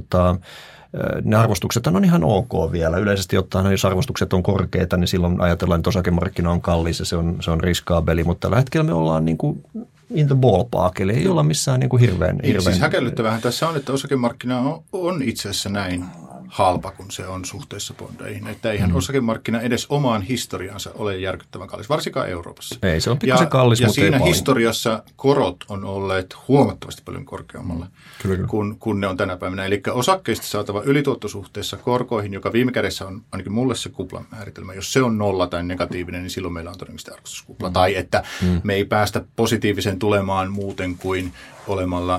ne arvostukset on ihan ok vielä. Yleisesti ottaen, jos arvostukset on korkeita, niin silloin ajatellaan, että osakemarkkina on kallis ja se on riskaabeli, mutta tällä hetkellä me ollaan niin kuin in the ballpark, eli ei olla missään niin kuin hirveän. Siis häkellyttävähän tässä on, että osakemarkkina on itse asiassa näin halpa, kun se on suhteessa bondeihin. Että eihän osakemarkkina edes omaan historiansa ole järkyttävän kallis, varsinkaan Euroopassa. Ei, se on pikkasen kallis, mutta siinä historiassa korot on olleet huomattavasti paljon korkeammalla kuin ne on tänä päivänä. Eli osakkeista saatava ylituotto suhteessa korkoihin, joka viime kädessä on ainakin mulle se kuplan määritelmä. Jos se on nolla tai negatiivinen, niin silloin meillä on todennäköisesti arvostuskupla. Tai että me ei päästä positiiviseen tulemaan muuten kuin olemalla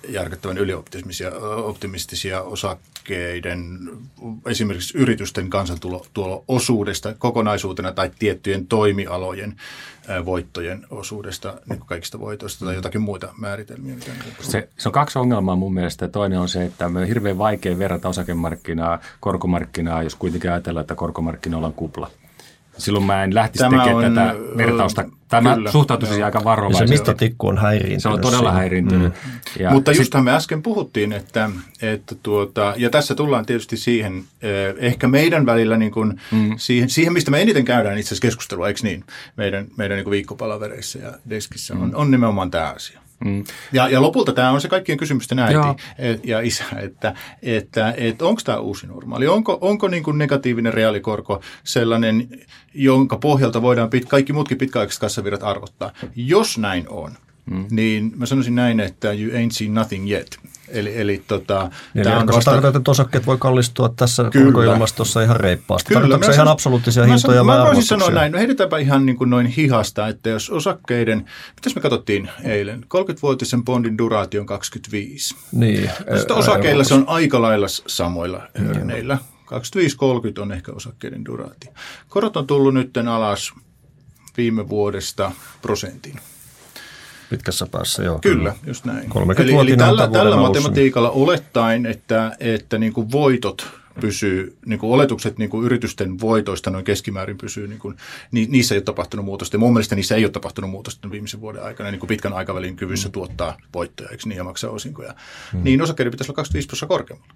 järkyttävän ylioptimistisia osakkeiden, esimerkiksi yritysten kansantulo-osuudesta kokonaisuutena tai tiettyjen toimialojen voittojen osuudesta, niin kuin kaikista voitoista tai jotakin muita määritelmiä. Se on kaksi ongelmaa mun mielestä. Toinen on se, että on hirveän vaikea verrata osakemarkkinaa korkomarkkinaa, jos kuitenkin ajatellaan, että korkomarkkinoilla on kupla. Silloin mä en lähtisi tekemään tätä vertausta. Tämä suhtautuisi aika varovaisesti. Se mittatikku on häiriintynyt. Se on todella häiriintynyt. Mutta justhan me äsken puhuttiin, että ja tässä tullaan tietysti siihen, ehkä meidän välillä niin kuin siihen, mistä me eniten käydään itse asiassa keskustelua, eikö niin? Meidän niin kuin viikkopalavereissa ja deskissä on nimenomaan tämä asia. Ja lopulta tämä on se kaikkien kysymysten äiti ja isä, että onko tämä uusi normaali? Onko niin kuin negatiivinen reaalikorko sellainen, jonka pohjalta voidaan kaikki muutkin pitkäaikaiset kassavirrat arvottaa? Jos näin on, niin mä sanoisin näin, että you ain't seen nothing yet. Eli tämä on tarkoittaa, että osakkeet voi kallistua tässä korkoilmastossa ihan reippaasti. Tarkoitatko ihan absoluuttisia hintoja vai arvostuksia? Mä voisin sanoa näin, heidetäänpä ihan niin kuin noin hihasta, että jos osakkeiden, mitäs me katsottiin eilen, 30-vuotisen bondin duraatio on 25. Niin. Osakeilla se on aika lailla samoilla hörneillä. 25-30 on ehkä osakkeiden duraatio. Korot on tullut nyt alas viime vuodesta prosentin. Pitkässä päässä, joo. Kyllä, just näin. Eli tällä matematiikalla olettaen, että niin kuin voitot pysyy, niin kuin oletukset niin kuin yritysten voitoista noin keskimäärin pysyy, niin kuin, niissä ei ole tapahtunut muutosta. Ja mun mielestä niissä ei ole tapahtunut muutosta viimeisen vuoden aikana, niin kuin pitkän aikavälin kyvyssä tuottaa voittoja, eikö niin, ja maksaa osinkoja. Niin osakkeiden pitäisi olla 25% korkeammalla.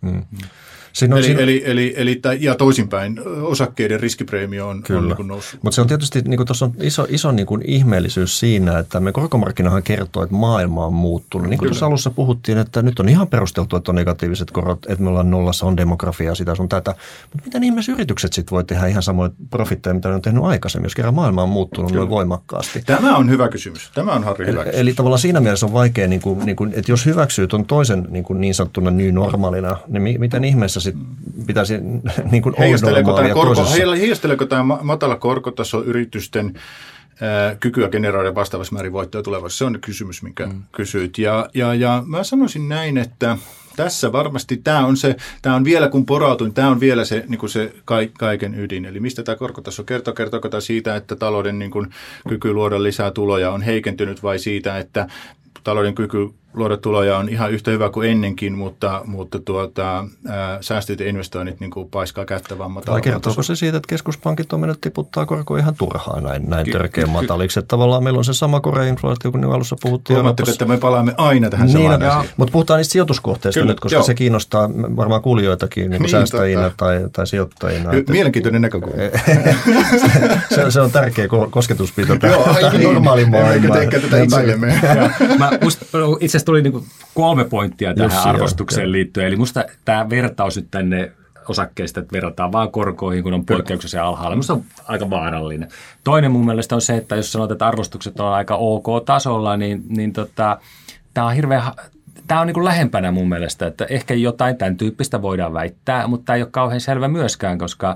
Ja toisinpäin, osakkeiden riskipreemio on niin kuin noussut. Mutta se on tietysti, niin tuossa on iso niin kuin ihmeellisyys siinä, että me korkomarkkinahan kertoo, että maailma on muuttunut. Niin kuin tuossa alussa puhuttiin, että nyt on ihan perusteltu, että on negatiiviset korot, että me ollaan nollassa, on demografia, sitä sun tätä. Mutta miten ihmeessä yritykset sitten voi tehdä ihan samoja profitteja, mitä ne on tehnyt aikaisemmin, jos kerran maailma on muuttunut noin voimakkaasti? Tämä on hyvä kysymys. Tämä on Harri hyvä kysymys. Eli tavallaan siinä mielessä on vaikea, että jos hyväksyy tuon toisen niin sanottuna new normalina, niin miten ihmeessä sitten pitäisi niin kuin Heijasteleeko tämä matala korkotaso yritysten kykyä generoida vastaavassa määrin voittoja tulevaisuudessa? Se on kysymys, minkä kysyit. Ja mä sanoisin näin, että tässä varmasti tämä on vielä, kun porautuin, tämä on vielä se, niin kuin se kaiken ydin. Eli mistä tämä korkotaso kertoo? Kertooko tämä siitä, että talouden niin kuin kyky luoda lisää tuloja on heikentynyt vai siitä, että talouden kyky luoda tuloja on ihan yhtä hyvä kuin ennenkin, mutta säästöt ja investoinnit niin kuin paiskaa kättä vaan matalalla. Vai kertooko se siitä, että keskuspankit on mennyt tiputtaa korkoa ihan turhaan näin törkeän mataliksi? Että tavallaan meillä on se sama koreinflaatio, kun alussa puhuttiin. Huomatteko, että me palaamme aina tähän samaan asiaan. Mutta puhutaan niistä sijoituskohteista nyt, koska se kiinnostaa varmaan kuulijoitakin niin säästäjinä tai sijoittajina. Mielenkiintoinen näkökulma. se on tärkeä kosketuspinta tähän normaaliin maailmaan. Eikö teekään tätä itsellemme? Itse asiassa tuli niin 3 pointtia tähän arvostukseen liittyen. Eli musta tämä vertaus nyt tänne osakkeista, että verrataan vaan korkoihin, kun on poikkeuksellisia alhaalla. Musta on aika vaarallinen. Toinen mun mielestä on se, että jos sanotaan, että arvostukset on aika ok-tasolla, niin tämä on hirveän... Tämä on niin kuin lähempänä mun mielestä, että ehkä jotain tämän tyyppistä voidaan väittää, mutta tämä ei ole kauhean selvä myöskään, koska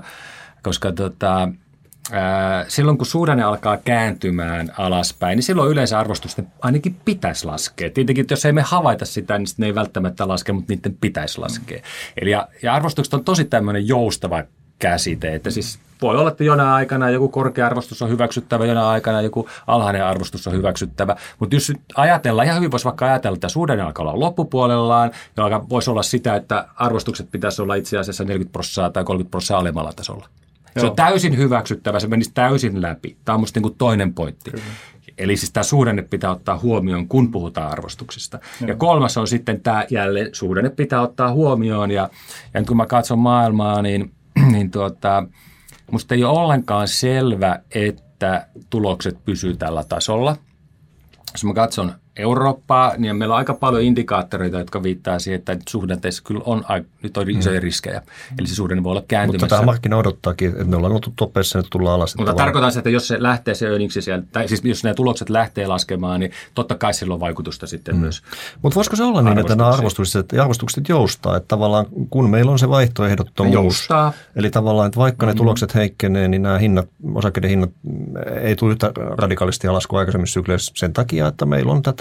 silloin kun suhdanne alkaa kääntymään alaspäin, niin silloin yleensä arvostusten ainakin pitäisi laskea. Tietenkin, jos ei me havaita sitä, niin ne ei välttämättä laske, mutta niiden pitäisi laskea. Eli ja arvostukset on tosi tämmöinen joustava käsite, että siis voi olla, että jonain aikana joku korkea arvostus on hyväksyttävä, jonain aikana joku alhainen arvostus on hyväksyttävä. Mutta jos ajatellaan, ihan hyvin voisi vaikka ajatella, että suhdanne alkaa olla loppupuolellaan, joka voisi olla sitä, että arvostukset pitäisi olla itse asiassa 40% tai 30% alemmalla tasolla. Se on täysin hyväksyttävä, se menisi täysin läpi. Tämä on musta niin kuin toinen pointti. Kyllä. Eli siis tämä suhdanne pitää ottaa huomioon, kun puhutaan arvostuksista. Joo. Ja kolmas on sitten tämä jälleen suhdanne pitää ottaa huomioon. Ja nyt kun mä katson maailmaa, niin musta ei ole ollenkaan selvä, että tulokset pysyy tällä tasolla. Jos mä katson Eurooppaa, niin meillä on aika paljon indikaattoreita, jotka viittaa siihen, että suhdanteissa kyllä on nyt on isoja riskejä. Eli se suhdanne voi olla kääntymässä. Mutta tämä markkina odottaakin, että me ollaan oltu topeissa ja nyt tullaan alas. Mutta tarkoitan sitä, että jos se lähtee se earningsi sieltä, tai siis jos nämä tulokset lähtee laskemaan, niin totta kai sillä on vaikutusta sitten myös. Mutta voisiko se olla niin, että nämä arvostukset joustaa, että tavallaan kun meillä on se vaihtoehdottomuus, joustaa. Eli tavallaan, että vaikka ne tulokset heikkenee, niin nämä osakkeiden hinnat ei tule yhtä radikaalisti alas kuin aikaisemmissa sykleissä sen takia, että meillä on tätä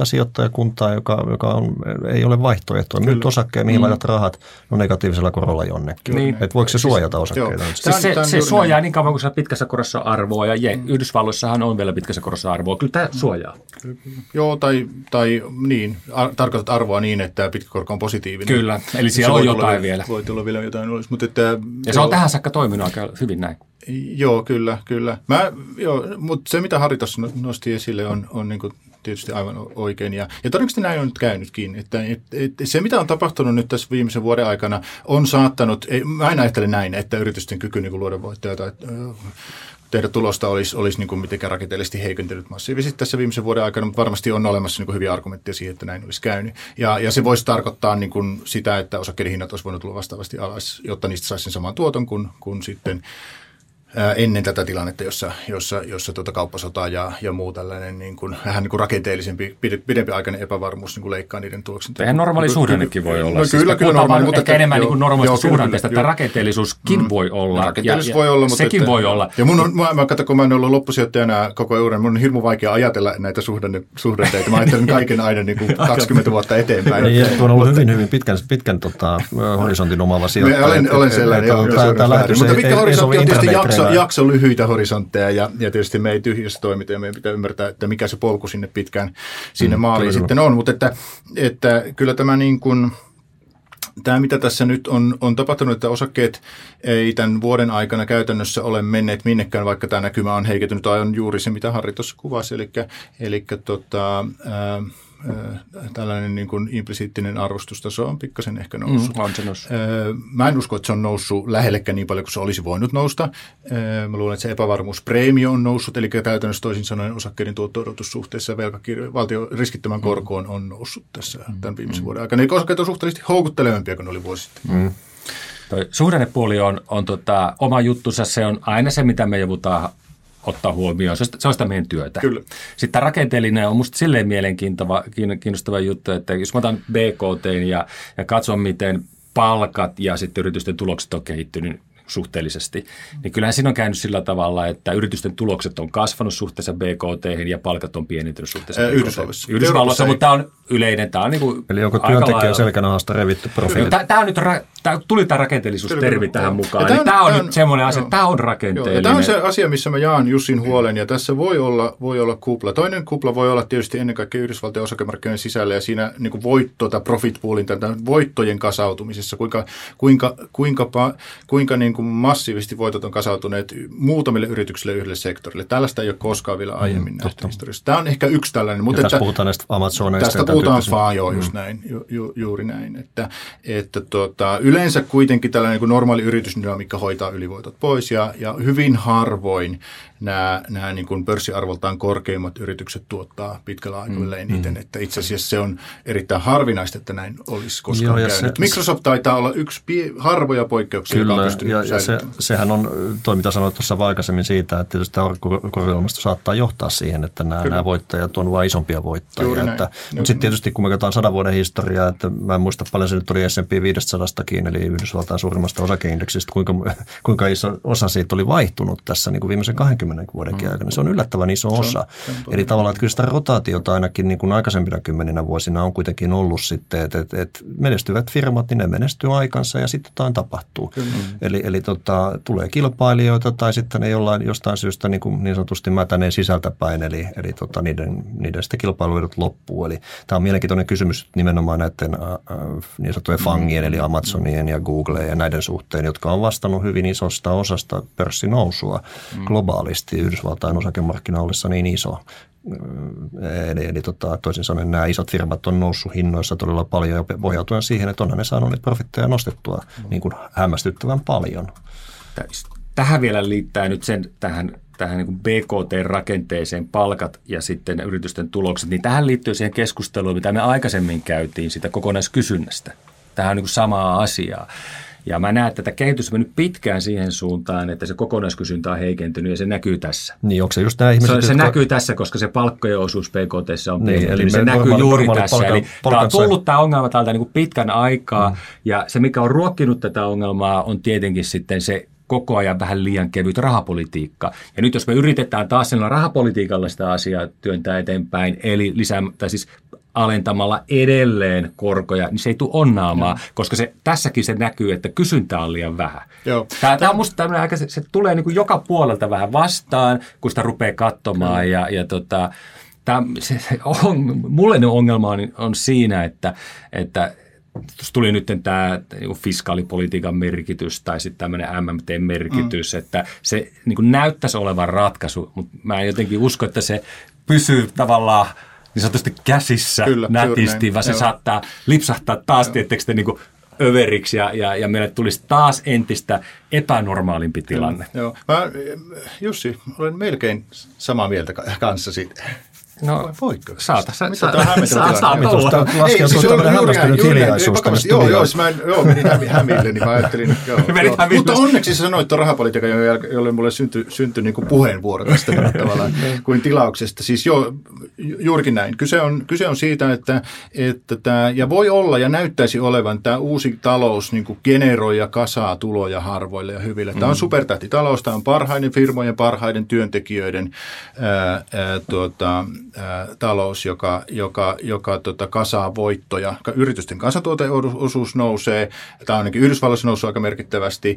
sellaista sijoittajakuntaa, joka ei ole vaihtoehtoa. Nyt osakkeen, mihin laitat rahat, on negatiivisella korolla jonnekin. Niin. Että voiko se suojata osakkeita? Se suojaa niin kauan, kun se pitkässä korossa arvoa, ja Yhdysvalloissahan on vielä pitkässä korossa arvoa. Kyllä tämä suojaa. Joo, tai niin, tarkoitat arvoa niin, että pitkä korko on positiivinen. Kyllä, eli siellä on jotain vielä. Voi tulla vielä jotain. Mutta se on tähän saakka toiminut aika hyvin näin. Joo, kyllä. Mutta se, mitä Harri tuossa nosti esille, on niin kuin tietysti aivan oikein. Ja todennäköisesti näin on nyt käynytkin. Että se, mitä on tapahtunut nyt tässä viimeisen vuoden aikana, on saattanut, mä en ajattele näin, että yritysten kyky niin kuin luoda voittoja tai tehdä tulosta olisi niin kuin mitenkään rakenteellisesti heikentynyt massiivisesti tässä viimeisen vuoden aikana, mutta varmasti on olemassa niin kuin hyviä argumentteja siihen, että näin olisi käynyt. Ja se voisi tarkoittaa niin kuin sitä, että osakkeiden hinnat olisi voinut tulla vastaavasti alas, jotta niistä saisi sen saman tuoton kuin sitten ennen tätä tilannetta, jossa kauppasota ja muu tällainen niin kuin, vähän niin kuin rakenteellisempi, pidempiaikainen epävarmuus niin kuin leikkaa niiden tuloksen. Eihän normaali suhdannekin voi olla. No, kyllä normaali. Mutta ehkä enemmän niin kuin normaalista suhdanteesta, että rakenteellisuuskin voi olla. Rakenteellisuus voi olla, mutta sekin voi olla. Ja kun mä en ollut loppusijoittajana koko euron, mun on hirmu vaikea ajatella näitä suhdanteita. Mä ajattelen kaiken aina niin kuin 20 vuotta eteenpäin. Niin, on ollut hyvin pitkän horisontin omaava sijoittaja. Olen sellainen, joo. Mutta pitkä horisontti on tietysti jakso lyhyitä horisontteja ja tietysti me ei tyhjössä toimita ja meidän pitää ymmärtää, että mikä se polku sinne pitkään sinne maaliin sitten on. Mutta että kyllä tämä niin kuin, tämä mitä tässä nyt on tapahtunut, että osakkeet ei tämän vuoden aikana käytännössä ole menneet minnekään, vaikka tämä näkymä on heikentynyt, on juuri se, mitä Harri tuossa kuvasi, eli tällainen niin kuin implisiittinen arvostustaso on pikkasen ehkä noussut. Mä en usko, että se on noussut lähellekään niin paljon kuin se olisi voinut nousta. Mä luulen, että se epävarmuuspreemio on noussut, eli käytännössä toisin sanoen osakkeiden tuotto-odotus suhteessa valtion riskittömän korkoon on noussut tässä tämän viimeisen vuoden aikana. Eli osakkeet on suhteellisesti houkuttelevampia kuin ne oli vuosi sitten. Suhdannepuoli on oma juttunsa, se on aina se, mitä me joudutaan ottaa huomioon. Se on sitä meidän työtä. Kyllä. Sitten rakenteellinen on musta silleen kiinnostava juttu, että jos mä otan BKT ja katson, miten palkat ja sitten yritysten tulokset on kehittynyt suhteellisesti, niin kyllähän siinä on käynyt sillä tavalla, että yritysten tulokset on kasvanut suhteessa BKT ja palkat on pienentynyt suhteessa BKT. Yhdysvalloissa, mutta tämä on yleinen. Tämä on niin kuin eli onko työntekijän selkänahasta revitty profiili? Tuli tämä rakenteellisuustermi tähän mukaan. Tämä on nyt semmoinen asia, tämä on rakenteellinen. Tämä on se asia, missä mä jaan Jussin huolen, ja tässä voi olla kupla. Toinen kupla voi olla tietysti ennen kaikkea Yhdysvaltojen osakemarkkinoiden sisällä, ja siinä niin kuin profit poolin, voittojen kasautumisessa, kuinka niin kuin massiivisesti voitot on kasautuneet muutamille yrityksille yhdelle sektorille. Tällaista ei ole koskaan vielä aiemmin nähty historiassa. Tämä on ehkä yksi tällainen. Mutta tässä puhutaan näistä Amazoneista. Tästä puhutaan just näin, juuri näin. Että yleensä kuitenkin tällainen niin normaali yritysdynamiikka hoitaa ylivoitot pois ja hyvin harvoin nämä niin kuin pörssiarvoltaan korkeimmat yritykset tuottaa pitkällä aikavälillä eniten. Että itse asiassa se on erittäin harvinaista, että näin olisi koskaan käynyt. Microsoft taitaa olla yksi harvoja poikkeuksia, joka on pystynyt säilyttämään. Sehän on, mitä sanoit tuossa aikaisemmin siitä, että tietysti korkoilmasto saattaa johtaa siihen, että nämä voittajat on vain isompia voittajia. Mutta sitten tietysti, kun me katsotaan 100 vuoden historiaa, että mä en muista paljon se nyt oli S&P 500-kin, eli Yhdysvaltain suurimmasta osakeindeksistä, kuinka iso osa siitä oli vaihtunut tässä niin kuin viimeisen 20 vuodenkin aikana. Se on yllättävän iso osa. Eli tavallaan, että kyllä sitä rotaatiota ainakin niin kuin aikaisempina 10 vuosina on kuitenkin ollut sitten, että menestyvät firmat, niin ne menestyy aikansa ja sitten jotain tapahtuu. Eli tulee kilpailijoita tai sitten ne jostain syystä niin sanotusti mätäneen sisältäpäin, eli niiden sitten kilpailuidut loppuu. Eli tämä on mielenkiintoinen kysymys nimenomaan näiden niin sanottujen fangien, eli Amazonien ja Googleen ja näiden suhteen, jotka on vastannut hyvin isosta osasta pörssinousua globaalisti Yhdysvaltain osakemarkkina ollessa niin iso. Eli toisin sanoen nämä isot firmat on noussut hinnoissa todella paljon ja pohjautuen siihen, että onhan ne saanut niitä profitteja nostettua niin kuin hämmästyttävän paljon. Tähän vielä liittää nyt sen tähän niin kuin BKT-rakenteeseen, palkat ja sitten yritysten tulokset, niin tähän liittyy siihen keskusteluun, mitä me aikaisemmin käytiin sitä kokonaiskysynnästä. Tähän on niin kuin samaa asiaa. Ja mä näen, että tätä kehitys on mennyt pitkään siihen suuntaan, että se kokonaiskysyntä on heikentynyt ja se näkyy tässä. Niin, onko se just nämä ihmiset? Se näkyy tässä, koska se palkkojen osuus PKT:ssä on pieni, eli se näkyy juuri tässä. Eli tämä on tullut tämä ongelma täältä niin kuin pitkän aikaa ja se, mikä on ruokkinut tätä ongelmaa, on tietenkin sitten se koko ajan vähän liian kevyt rahapolitiikka. Ja nyt jos me yritetään taas sillä rahapolitiikalla sitä asiaa työntää eteenpäin, eli alentamalla edelleen korkoja, niin se ei tule onnaamaan, koska tässäkin se näkyy, että kysyntää on liian vähän. Tämä on musta tämmöinen aika, se tulee niin kuin joka puolelta vähän vastaan, kun sitä rupeaa katsomaan mulle ongelma on siinä, että tuli nyt tämä fiskaalipolitiikan merkitys tai sitten tämmöinen MMT-merkitys, että se niin kuin näyttäisi olevan ratkaisu, mutta mä en jotenkin usko, että se pysyy tavallaan niin sanotusti käsissä nätisti, vaan se saattaa lipsahtaa taas tietysti niin kuin överiksi ja meille tulisi taas entistä epänormaalimpi tilanne. Joo. Jussi, olen melkein samaa mieltä kanssasi. No, voiko? Saata tulla. Laskeutuu tämmöinen hämmästynyt hiljaisuus. Joo, menin hämille, niin mä ajattelin. Mutta onneksi sä sanoit tuon rahapolitiikan, jolle mulle syntyi niin kuin puheenvuoro tästä tavallaan kuin tilauksesta. Siis juurikin näin. Kyse on siitä, että tämä, ja voi olla ja näyttäisi olevan, tämä uusi talous niin kuin generoi ja kasaa tuloja harvoille ja hyville. Tämä on supertähtitalous, tämä on parhaiden firmojen, parhaiden työntekijöiden talous, joka kasaa voittoja. Yritysten kansantuoteosuus nousee. Tämä on ainakin Yhdysvalloissa noussut aika merkittävästi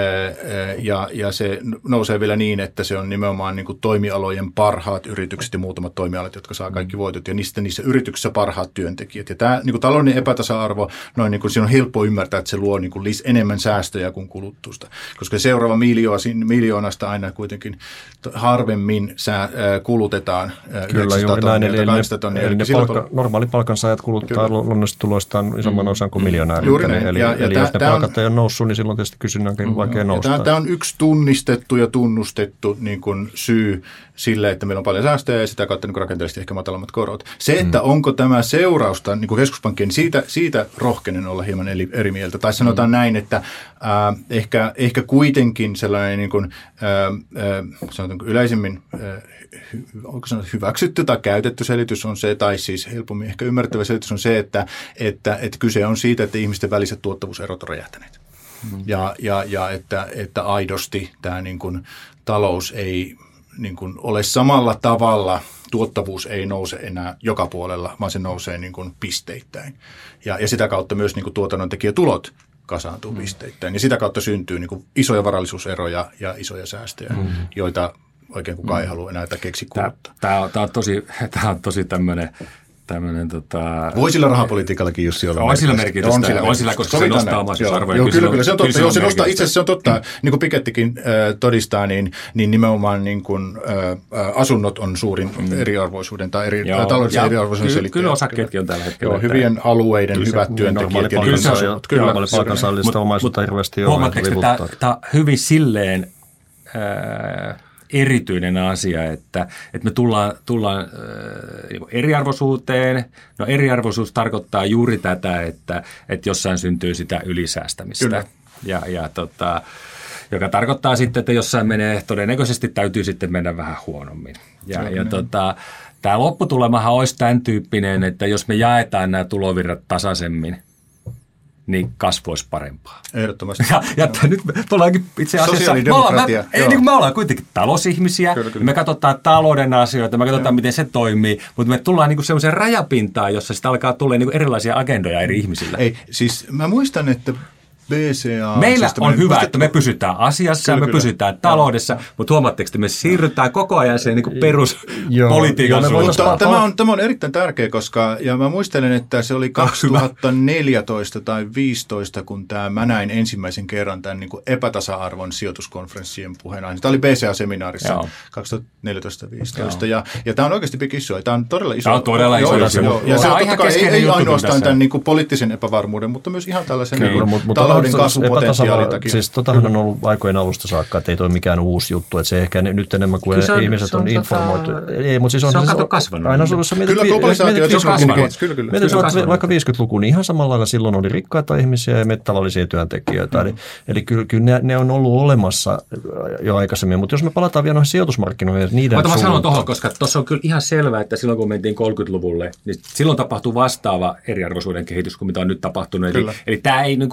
ja se nousee vielä niin, että se on nimenomaan niin kuin toimialojen parhaat yritykset ja muutamat toimialat, jotka saa kaikki voitot ja niissä yrityksissä parhaat työntekijät. Ja tämä niin kuin taloudellinen epätasa-arvo, niin kuin siinä on helppo ymmärtää, että se luo niin kuin enemmän säästöjä kuin kulutusta, koska seuraava miljoonasta aina kuitenkin harvemmin kulutetaan. Kyllä, juuri näin. Eli normaali palkansaajat kuluttaa luonnollisesti tuloistaan isomman osan kuin miljonäärit. Eli jos ne palkat ei ole noussut, niin silloin tietysti kysynnänkin on vaikea nousta. Tämä on yksi tunnistettu ja tunnustettu niin kuin syy sille, että meillä on paljon säästöjä ja sitä kautta niin rakenteellisesti ehkä matalammat korot. Se, että onko tämä seurausta niin kuin keskuspankkien, niin siitä rohkenen olla hieman eri mieltä. Tai sanotaan näin, että ehkä kuitenkin sellainen niin kuin, sanotaanko yleisemmin onko sanoa, hyväksytty tai käytetty selitys on se, tai siis helpommin ehkä ymmärrettävä selitys on se, että kyse on siitä, että ihmisten väliset tuottavuuserot on räjähtäneet. Ja että aidosti tämä niin kuin, talous ei niin kuin, ole samalla tavalla, tuottavuus ei nouse enää joka puolella, vaan se nousee niin kuin, pisteittäin. Ja sitä kautta myös niin kuin, tuotannontekijätulot kasaantuu pisteittäin. Ja sitä kautta syntyy niin kuin, isoja varallisuuseroja ja isoja säästöjä, joita oikein kukaan ei halua enää keksi kuluttaa. Tämä on tosi tämmöinen voi sillä rahapolitiikallakin Jussi olla. On sillä merkitystä. On sillä, koska se nostaa omaisuusarvoja. Joo, kyllä, se on totta. Se nostaa, itse asiassa se on totta. Niin kuin Pikettikin todistaa, niin nimenomaan niin kuin, asunnot on suurin eriarvoisuuden tai taloudellisen eriarvoisuuden selittäjä. Kyllä osakkeetkin on tällä hetkellä. Hyvien alueiden, hyvät työntekijät. Normaali palkansaajallista omaisuutta hirveästi on. Huomaatteko, että tämä on hyvin silleen erityinen asia, että me tullaan eriarvoisuuteen. No eriarvoisuus tarkoittaa juuri tätä, että jossain syntyy sitä ylisäästämistä. Kyllä. Joka tarkoittaa sitten, että jossain todennäköisesti täytyy sitten mennä vähän huonommin. Tämä lopputulemahan olisi tämän tyyppinen, että jos me jaetaan nämä tulovirrat tasaisemmin, niin kasvu olisi parempaa. Ehdottomasti. Ja nyt me ollaankin itse asiassa, sosiaalidemokratia. Me ollaan kuitenkin talousihmisiä, kyllä. Me katsotaan talouden asioita, me katsotaan miten se toimii, mutta me tullaan niinku semmoiseen rajapintaan, jossa sitä alkaa tulla niinku erilaisia agendoja eri ihmisillä. Ei, siis mä muistan, että BCA... Meillä on hyvä, että me pysytään asiassa, me pysytään taloudessa, mutta huomaatteko, että me siirrytään koko ajan siihen niin politiikan suuntaan. Tämä on erittäin tärkeä, koska ja mä muistelen, että se oli 2014 tai 2015, kun mä näin ensimmäisen kerran tämän niin kuin epätasa-arvon sijoituskonferenssien puheenaihe. Tämä oli BCA-seminaarissa 2014-2015 ja tämä on oikeasti big issue. Tämä on todella iso. Tämä on todella iso. Ja se on totta kai ei ainoastaan tämän niin kuin poliittisen epävarmuuden, mutta myös ihan tällaisen talouden kasvupotentiaalin takia. Siis totahan on ollut aikojen alusta saakka, että ei toi mikään uusi juttu, että se ehkä nyt enemmän kuin ihmiset on informoitu. Ei, mutta siis se on kato kasvanut. Aina surussa kyllä globalisaatio on kasvanut. Mietit vaikka 50-luku, niin ihan samalla lailla silloin oli rikkaita ihmisiä ja metallisia työntekijöitä. Eli kyllä ne on ollut olemassa jo aikaisemmin, mutta jos me palataan vielä noihin sijoitusmarkkinoihin, niiden mutta mä sanon tuohon, koska tuossa on kyllä ihan selvää, että silloin kun mentiin 30-luvulle, niin silloin tapahtui vastaava eriarvoisuuden kehitys kuin mitä on nyt tapahtunut. Eli tämä ei ole verrattavissa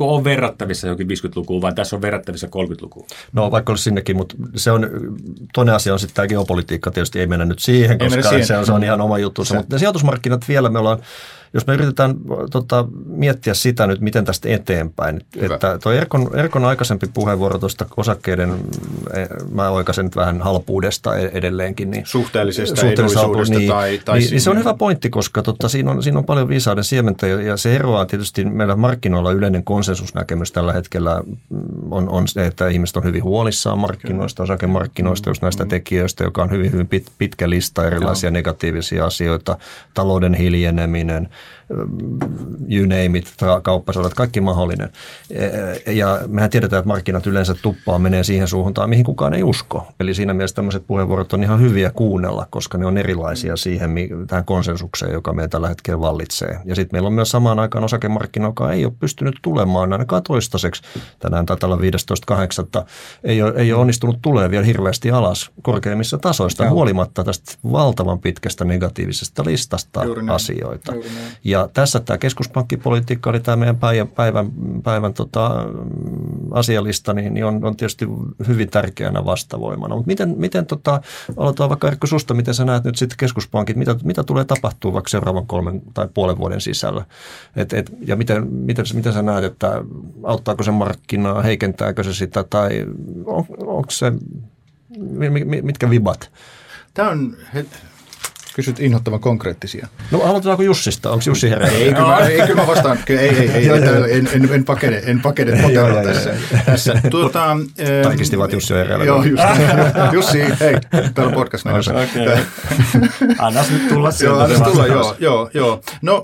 verrattavissa johonkin 50-lukuun, vaan tässä on verrattavissa 30-lukuun? No vaikka olisi sinnekin, mutta se on, toinen asia on sitten tämä geopolitiikka, tietysti ei mennä nyt siihen, koska se on ihan oma juttunsa, mutta ne sijoitusmarkkinat vielä me ollaan, jos me yritetään miettiä sitä nyt, miten tästä eteenpäin, hyvä. Että tuo Erkon aikaisempi puheenvuoro tuosta osakkeiden, mä oikaisen nyt vähän halpuudesta edelleenkin. Niin, suhteellisesta edullisuudesta niin se on hyvä pointti, koska siinä on paljon viisauden siementä ja se eroaa tietysti meillä markkinoilla yleinen konsensusnäkemys tällä hetkellä on se, että ihmiset on hyvin huolissaan markkinoista, osakemarkkinoista, just näistä tekijöistä, joka on hyvin, hyvin pitkä lista erilaisia negatiivisia asioita, talouden hiljeneminen, you name it, kauppasodat, kaikki mahdollinen. Ja mehän tiedetään, että markkinat yleensä tuppaa menee siihen suuntaan, mihin kukaan ei usko. Eli siinä mielessä tämmöiset puheenvuorot on ihan hyviä kuunnella, koska ne on erilaisia siihen tähän konsensukseen, joka meillä tällä hetkellä vallitsee. Ja sitten meillä on myös samaan aikaan osakemarkkina, joka ei ole pystynyt tulemaan ainakaan toistaiseksi. Tänään taitaa olla 15.8. Ei ole onnistunut tulemaan vielä hirveästi alas korkeimmissa tasoista, huolimatta tästä valtavan pitkästä negatiivisesta listasta asioita. Ja tässä tämä keskuspankkipolitiikka oli tämä meidän päivän asialista, niin on tietysti hyvin tärkeänä vastavoimana. Mutta miten aloitetaan vaikka Erkko susta, miten sä näet nyt sitten keskuspankit, mitä tulee tapahtua vaikka seuraavan 3 tai puolen vuoden sisällä? Ja miten sä näet, että auttaako se markkinaa, heikentääkö se sitä tai onko se, mitkä vibat? Tämä on... Kysyt inhottavan konkreettisia. No aloitetaanko Jussista? Onko Jussi hereillä? Ei, kyllä mä vastaan. En pakene poteroa tässä. Tarkistivat Jussi hereillä. Joo, Jussi, hei, täällä on podcast näkössä. Okei. Annas nyt tulla sieltä. Joo, annas tulla, joo. No,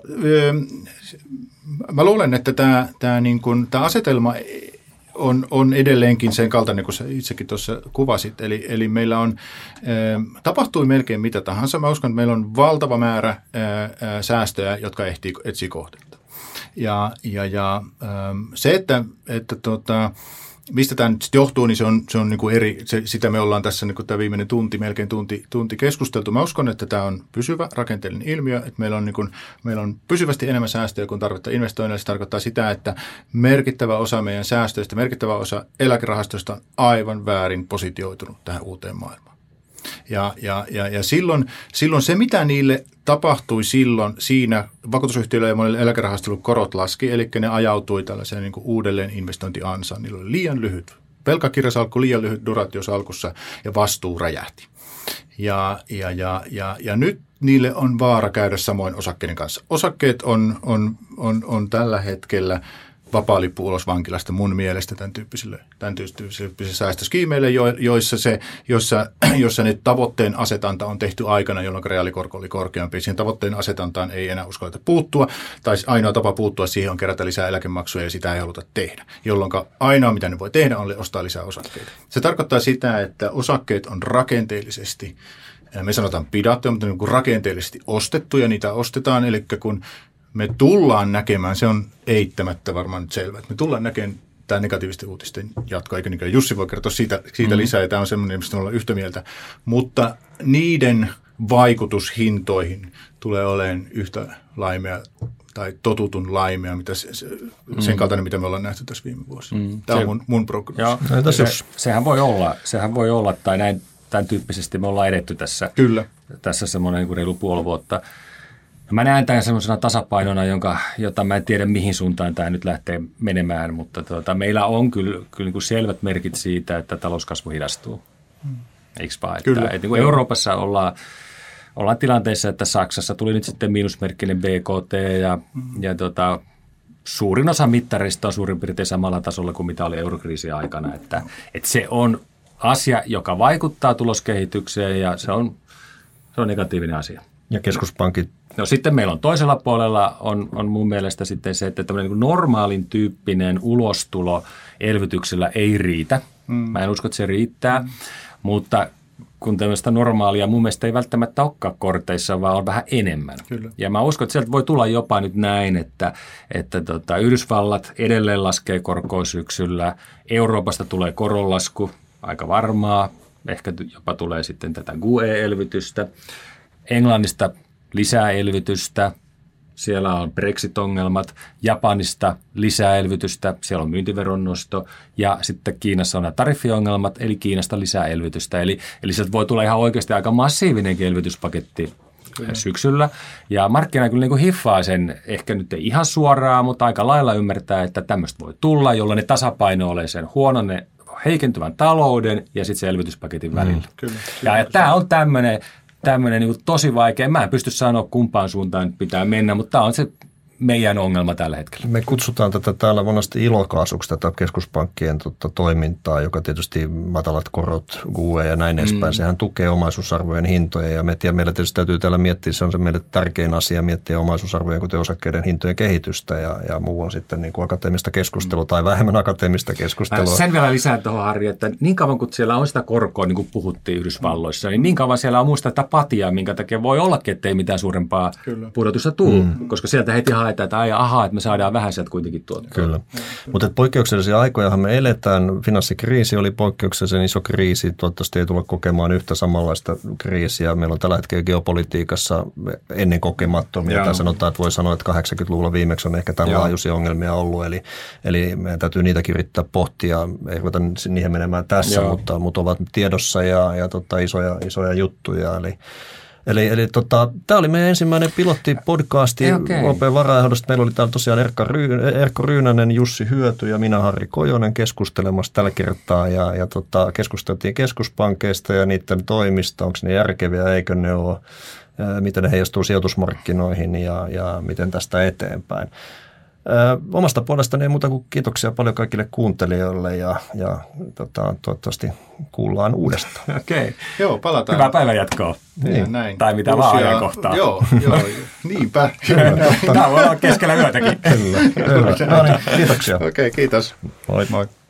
mä luulen, että tämä asetelma on edelleenkin sen kaltainen, kun sä itsekin tuossa kuvasit. Eli meillä on, tapahtui melkein mitä tahansa. Mä uskon, että meillä on valtava määrä säästöjä, jotka etsii kohdetta. Ja se, että mistä tämä nyt sitten johtuu, niin se on niin kuin eri, sitä me ollaan tässä niin kuin tämä viimeinen melkein tunti keskusteltu. Mä uskon, että tämä on pysyvä rakenteellinen ilmiö, että meillä on pysyvästi enemmän säästöjä kuin tarvetta investoinneille. Se tarkoittaa sitä, että merkittävä osa meidän säästöistä, merkittävä osa eläkerahastoista on aivan väärin positioitunut tähän uuteen maailmaan. Ja silloin se, mitä niille tapahtui siinä vakuutusyhtiöillä ja monille eläkerahastoille korot laski, eli ne ajautui tällaiseen niin kuin uudelleen investointiansaan. Niillä oli liian lyhyt velkakirjasalkku, liian lyhyt duratiosalkussa ja vastuu räjähti. Ja nyt niille on vaara käydä samoin osakkeiden kanssa. Osakkeet on tällä hetkellä vapaa lippu ulos vankilasta mun mielestä tämän tyyppisille säästöskiimeille, joissa ne tavoitteen asetanta on tehty aikana, jolloin reaalikorko oli korkeampi. Siihen tavoitteen asetantaan ei enää uskalleta puuttua, tai ainoa tapa puuttua siihen on kerätä lisää eläkemaksuja, ja sitä ei haluta tehdä. Jolloin ainoa, mitä ne voi tehdä, on ostaa lisää osakkeita. Se tarkoittaa sitä, että osakkeet on rakenteellisesti, me sanotaan pidattuja, mutta niin kuin rakenteellisesti ostettuja, niitä ostetaan, eli kun me tullaan näkemään, se on eittämättä varmaan nyt selvä, että me tullaan näkemään tämä negatiivisten uutisten jatko, eikä niin Jussi voi kertoa siitä lisää, ja tämä on semmoinen, mistä me ollaan yhtä mieltä, mutta niiden vaikutus hintoihin tulee olemaan yhtä laimea tai totutun laimea, mitä sen kaltainen, mitä me ollaan nähty tässä viime vuosina. Tämä on mun prognoosi. Sehän voi olla, tai näin tämän tyyppisesti me ollaan edetty tässä. Kyllä. Tässä semmoinen niin kuin reilu puoli vuotta. Mä näen tämän semmoisena tasapainona, jota mä en tiedä mihin suuntaan tämä nyt lähtee menemään, mutta meillä on kyllä niin kuin selvät merkit siitä, että talouskasvu hidastuu. Eikö vaan? Että niin kuin Euroopassa ollaan tilanteessa, että Saksassa tuli nyt sitten miinusmerkkinen BKT ja suurin osa mittarista on suurin piirtein samalla tasolla kuin mitä oli eurokriisin aikana. Että se on asia, joka vaikuttaa tuloskehitykseen ja se on negatiivinen asia. Ja keskuspankit. No sitten meillä on toisella puolella on mun mielestä sitten se, että tämmöinen niin normaalin tyyppinen ulostulo elvytyksellä ei riitä. Mä en usko, että se riittää, mutta kun tämmöistä normaalia mun mielestä ei välttämättä olekaan korteissa, vaan on vähän enemmän. Kyllä. Ja mä uskon, että sieltä voi tulla jopa nyt näin, että Yhdysvallat edelleen laskee korkoa syksyllä, Euroopasta tulee koronlasku, aika varmaa, ehkä jopa tulee sitten tätä QE-elvytystä. Englannista lisää elvytystä, siellä on Brexit-ongelmat, Japanista lisää elvytystä, siellä on myyntiveron nosto ja sitten Kiinassa on nämä tariffiongelmat, eli Kiinasta lisää elvytystä. Eli sieltä voi tulla ihan oikeasti aika massiivinenkin elvytyspaketti syksyllä. Ja markkina kyllä niin kuin hiffaa sen, ehkä nyt ei ihan suoraan, mutta aika lailla ymmärtää, että tämmöistä voi tulla, jolloin ne tasapaino ole sen huonon, heikentyvän talouden ja sitten se elvytyspaketin välillä. Ja tämä on tämmöinen niin kuin tosi vaikea. Mä en pysty sanoa kumpaan suuntaan pitää mennä, mutta tämä on se meidän ongelma tällä hetkellä. Me kutsutaan tätä täällä monesti ilokaasuksi tätä keskuspankkien toimintaa, joka tietysti matalat korot, GUE ja näin edespäin. Sehän tukee omaisuusarvojen hintoja ja meillä tietysti täytyy täällä miettiä, se on se meille tärkein asia miettiä omaisuusarvojen, kuten osakkeiden hintojen kehitystä ja muu on sitten niin kuin akateemista keskustelua tai vähemmän akateemista keskustelua. Sen vielä lisään tuohon, Harri, että niin kauan kun siellä on sitä korkoa, niin kuin puhuttiin Yhdysvalloissa, niin kauan siellä on muista tätä patiaa, minkä takia voi ollakin, ettei mitään suurempaa pudotusta tule, koska sieltä heti että että me saadaan vähän sieltä kuitenkin tuottaa. Kyllä. Mutta poikkeuksellisia aikojahan me eletään. Finanssikriisi oli poikkeuksellisen iso kriisi. Toivottavasti ei tulla kokemaan yhtä samanlaista kriisiä. Meillä on tällä hetkellä geopolitiikassa ennen kokemattomia. Tai sanotaan, että voi sanoa, että 80-luvulla viimeksi on ehkä tämän laajuisia ongelmia ollut. Eli meidän täytyy niitäkin yrittää pohtia. Ei ruveta niihin menemään tässä, mutta ovat tiedossa ja isoja juttuja. Eli tämä oli meidän ensimmäinen pilottipodcasti OP-varainhoidosta. Meillä oli täällä tosiaan Erkko Ryynänen, Jussi Hyöty ja minä Harri Kojonen keskustelemassa tällä kertaa. Ja keskusteltiin keskuspankeista ja niiden toimista, onko ne järkeviä, eikö ne ole, miten ne heijastuu sijoitusmarkkinoihin ja miten tästä eteenpäin. Omasta puolestani ei muuta kuin kiitoksia paljon kaikille kuuntelijoille ja toivottavasti kuullaan uudestaan. Okei. Joo, palataan. Hyvää päivänjatkoa. Niin. Näin. Tai mitä vaan ajankohtaa. Joo, niinpä. Tämä voi olla keskellä yötäkin. Kyllä. No niin, kiitoksia. Okei, kiitos. Moi.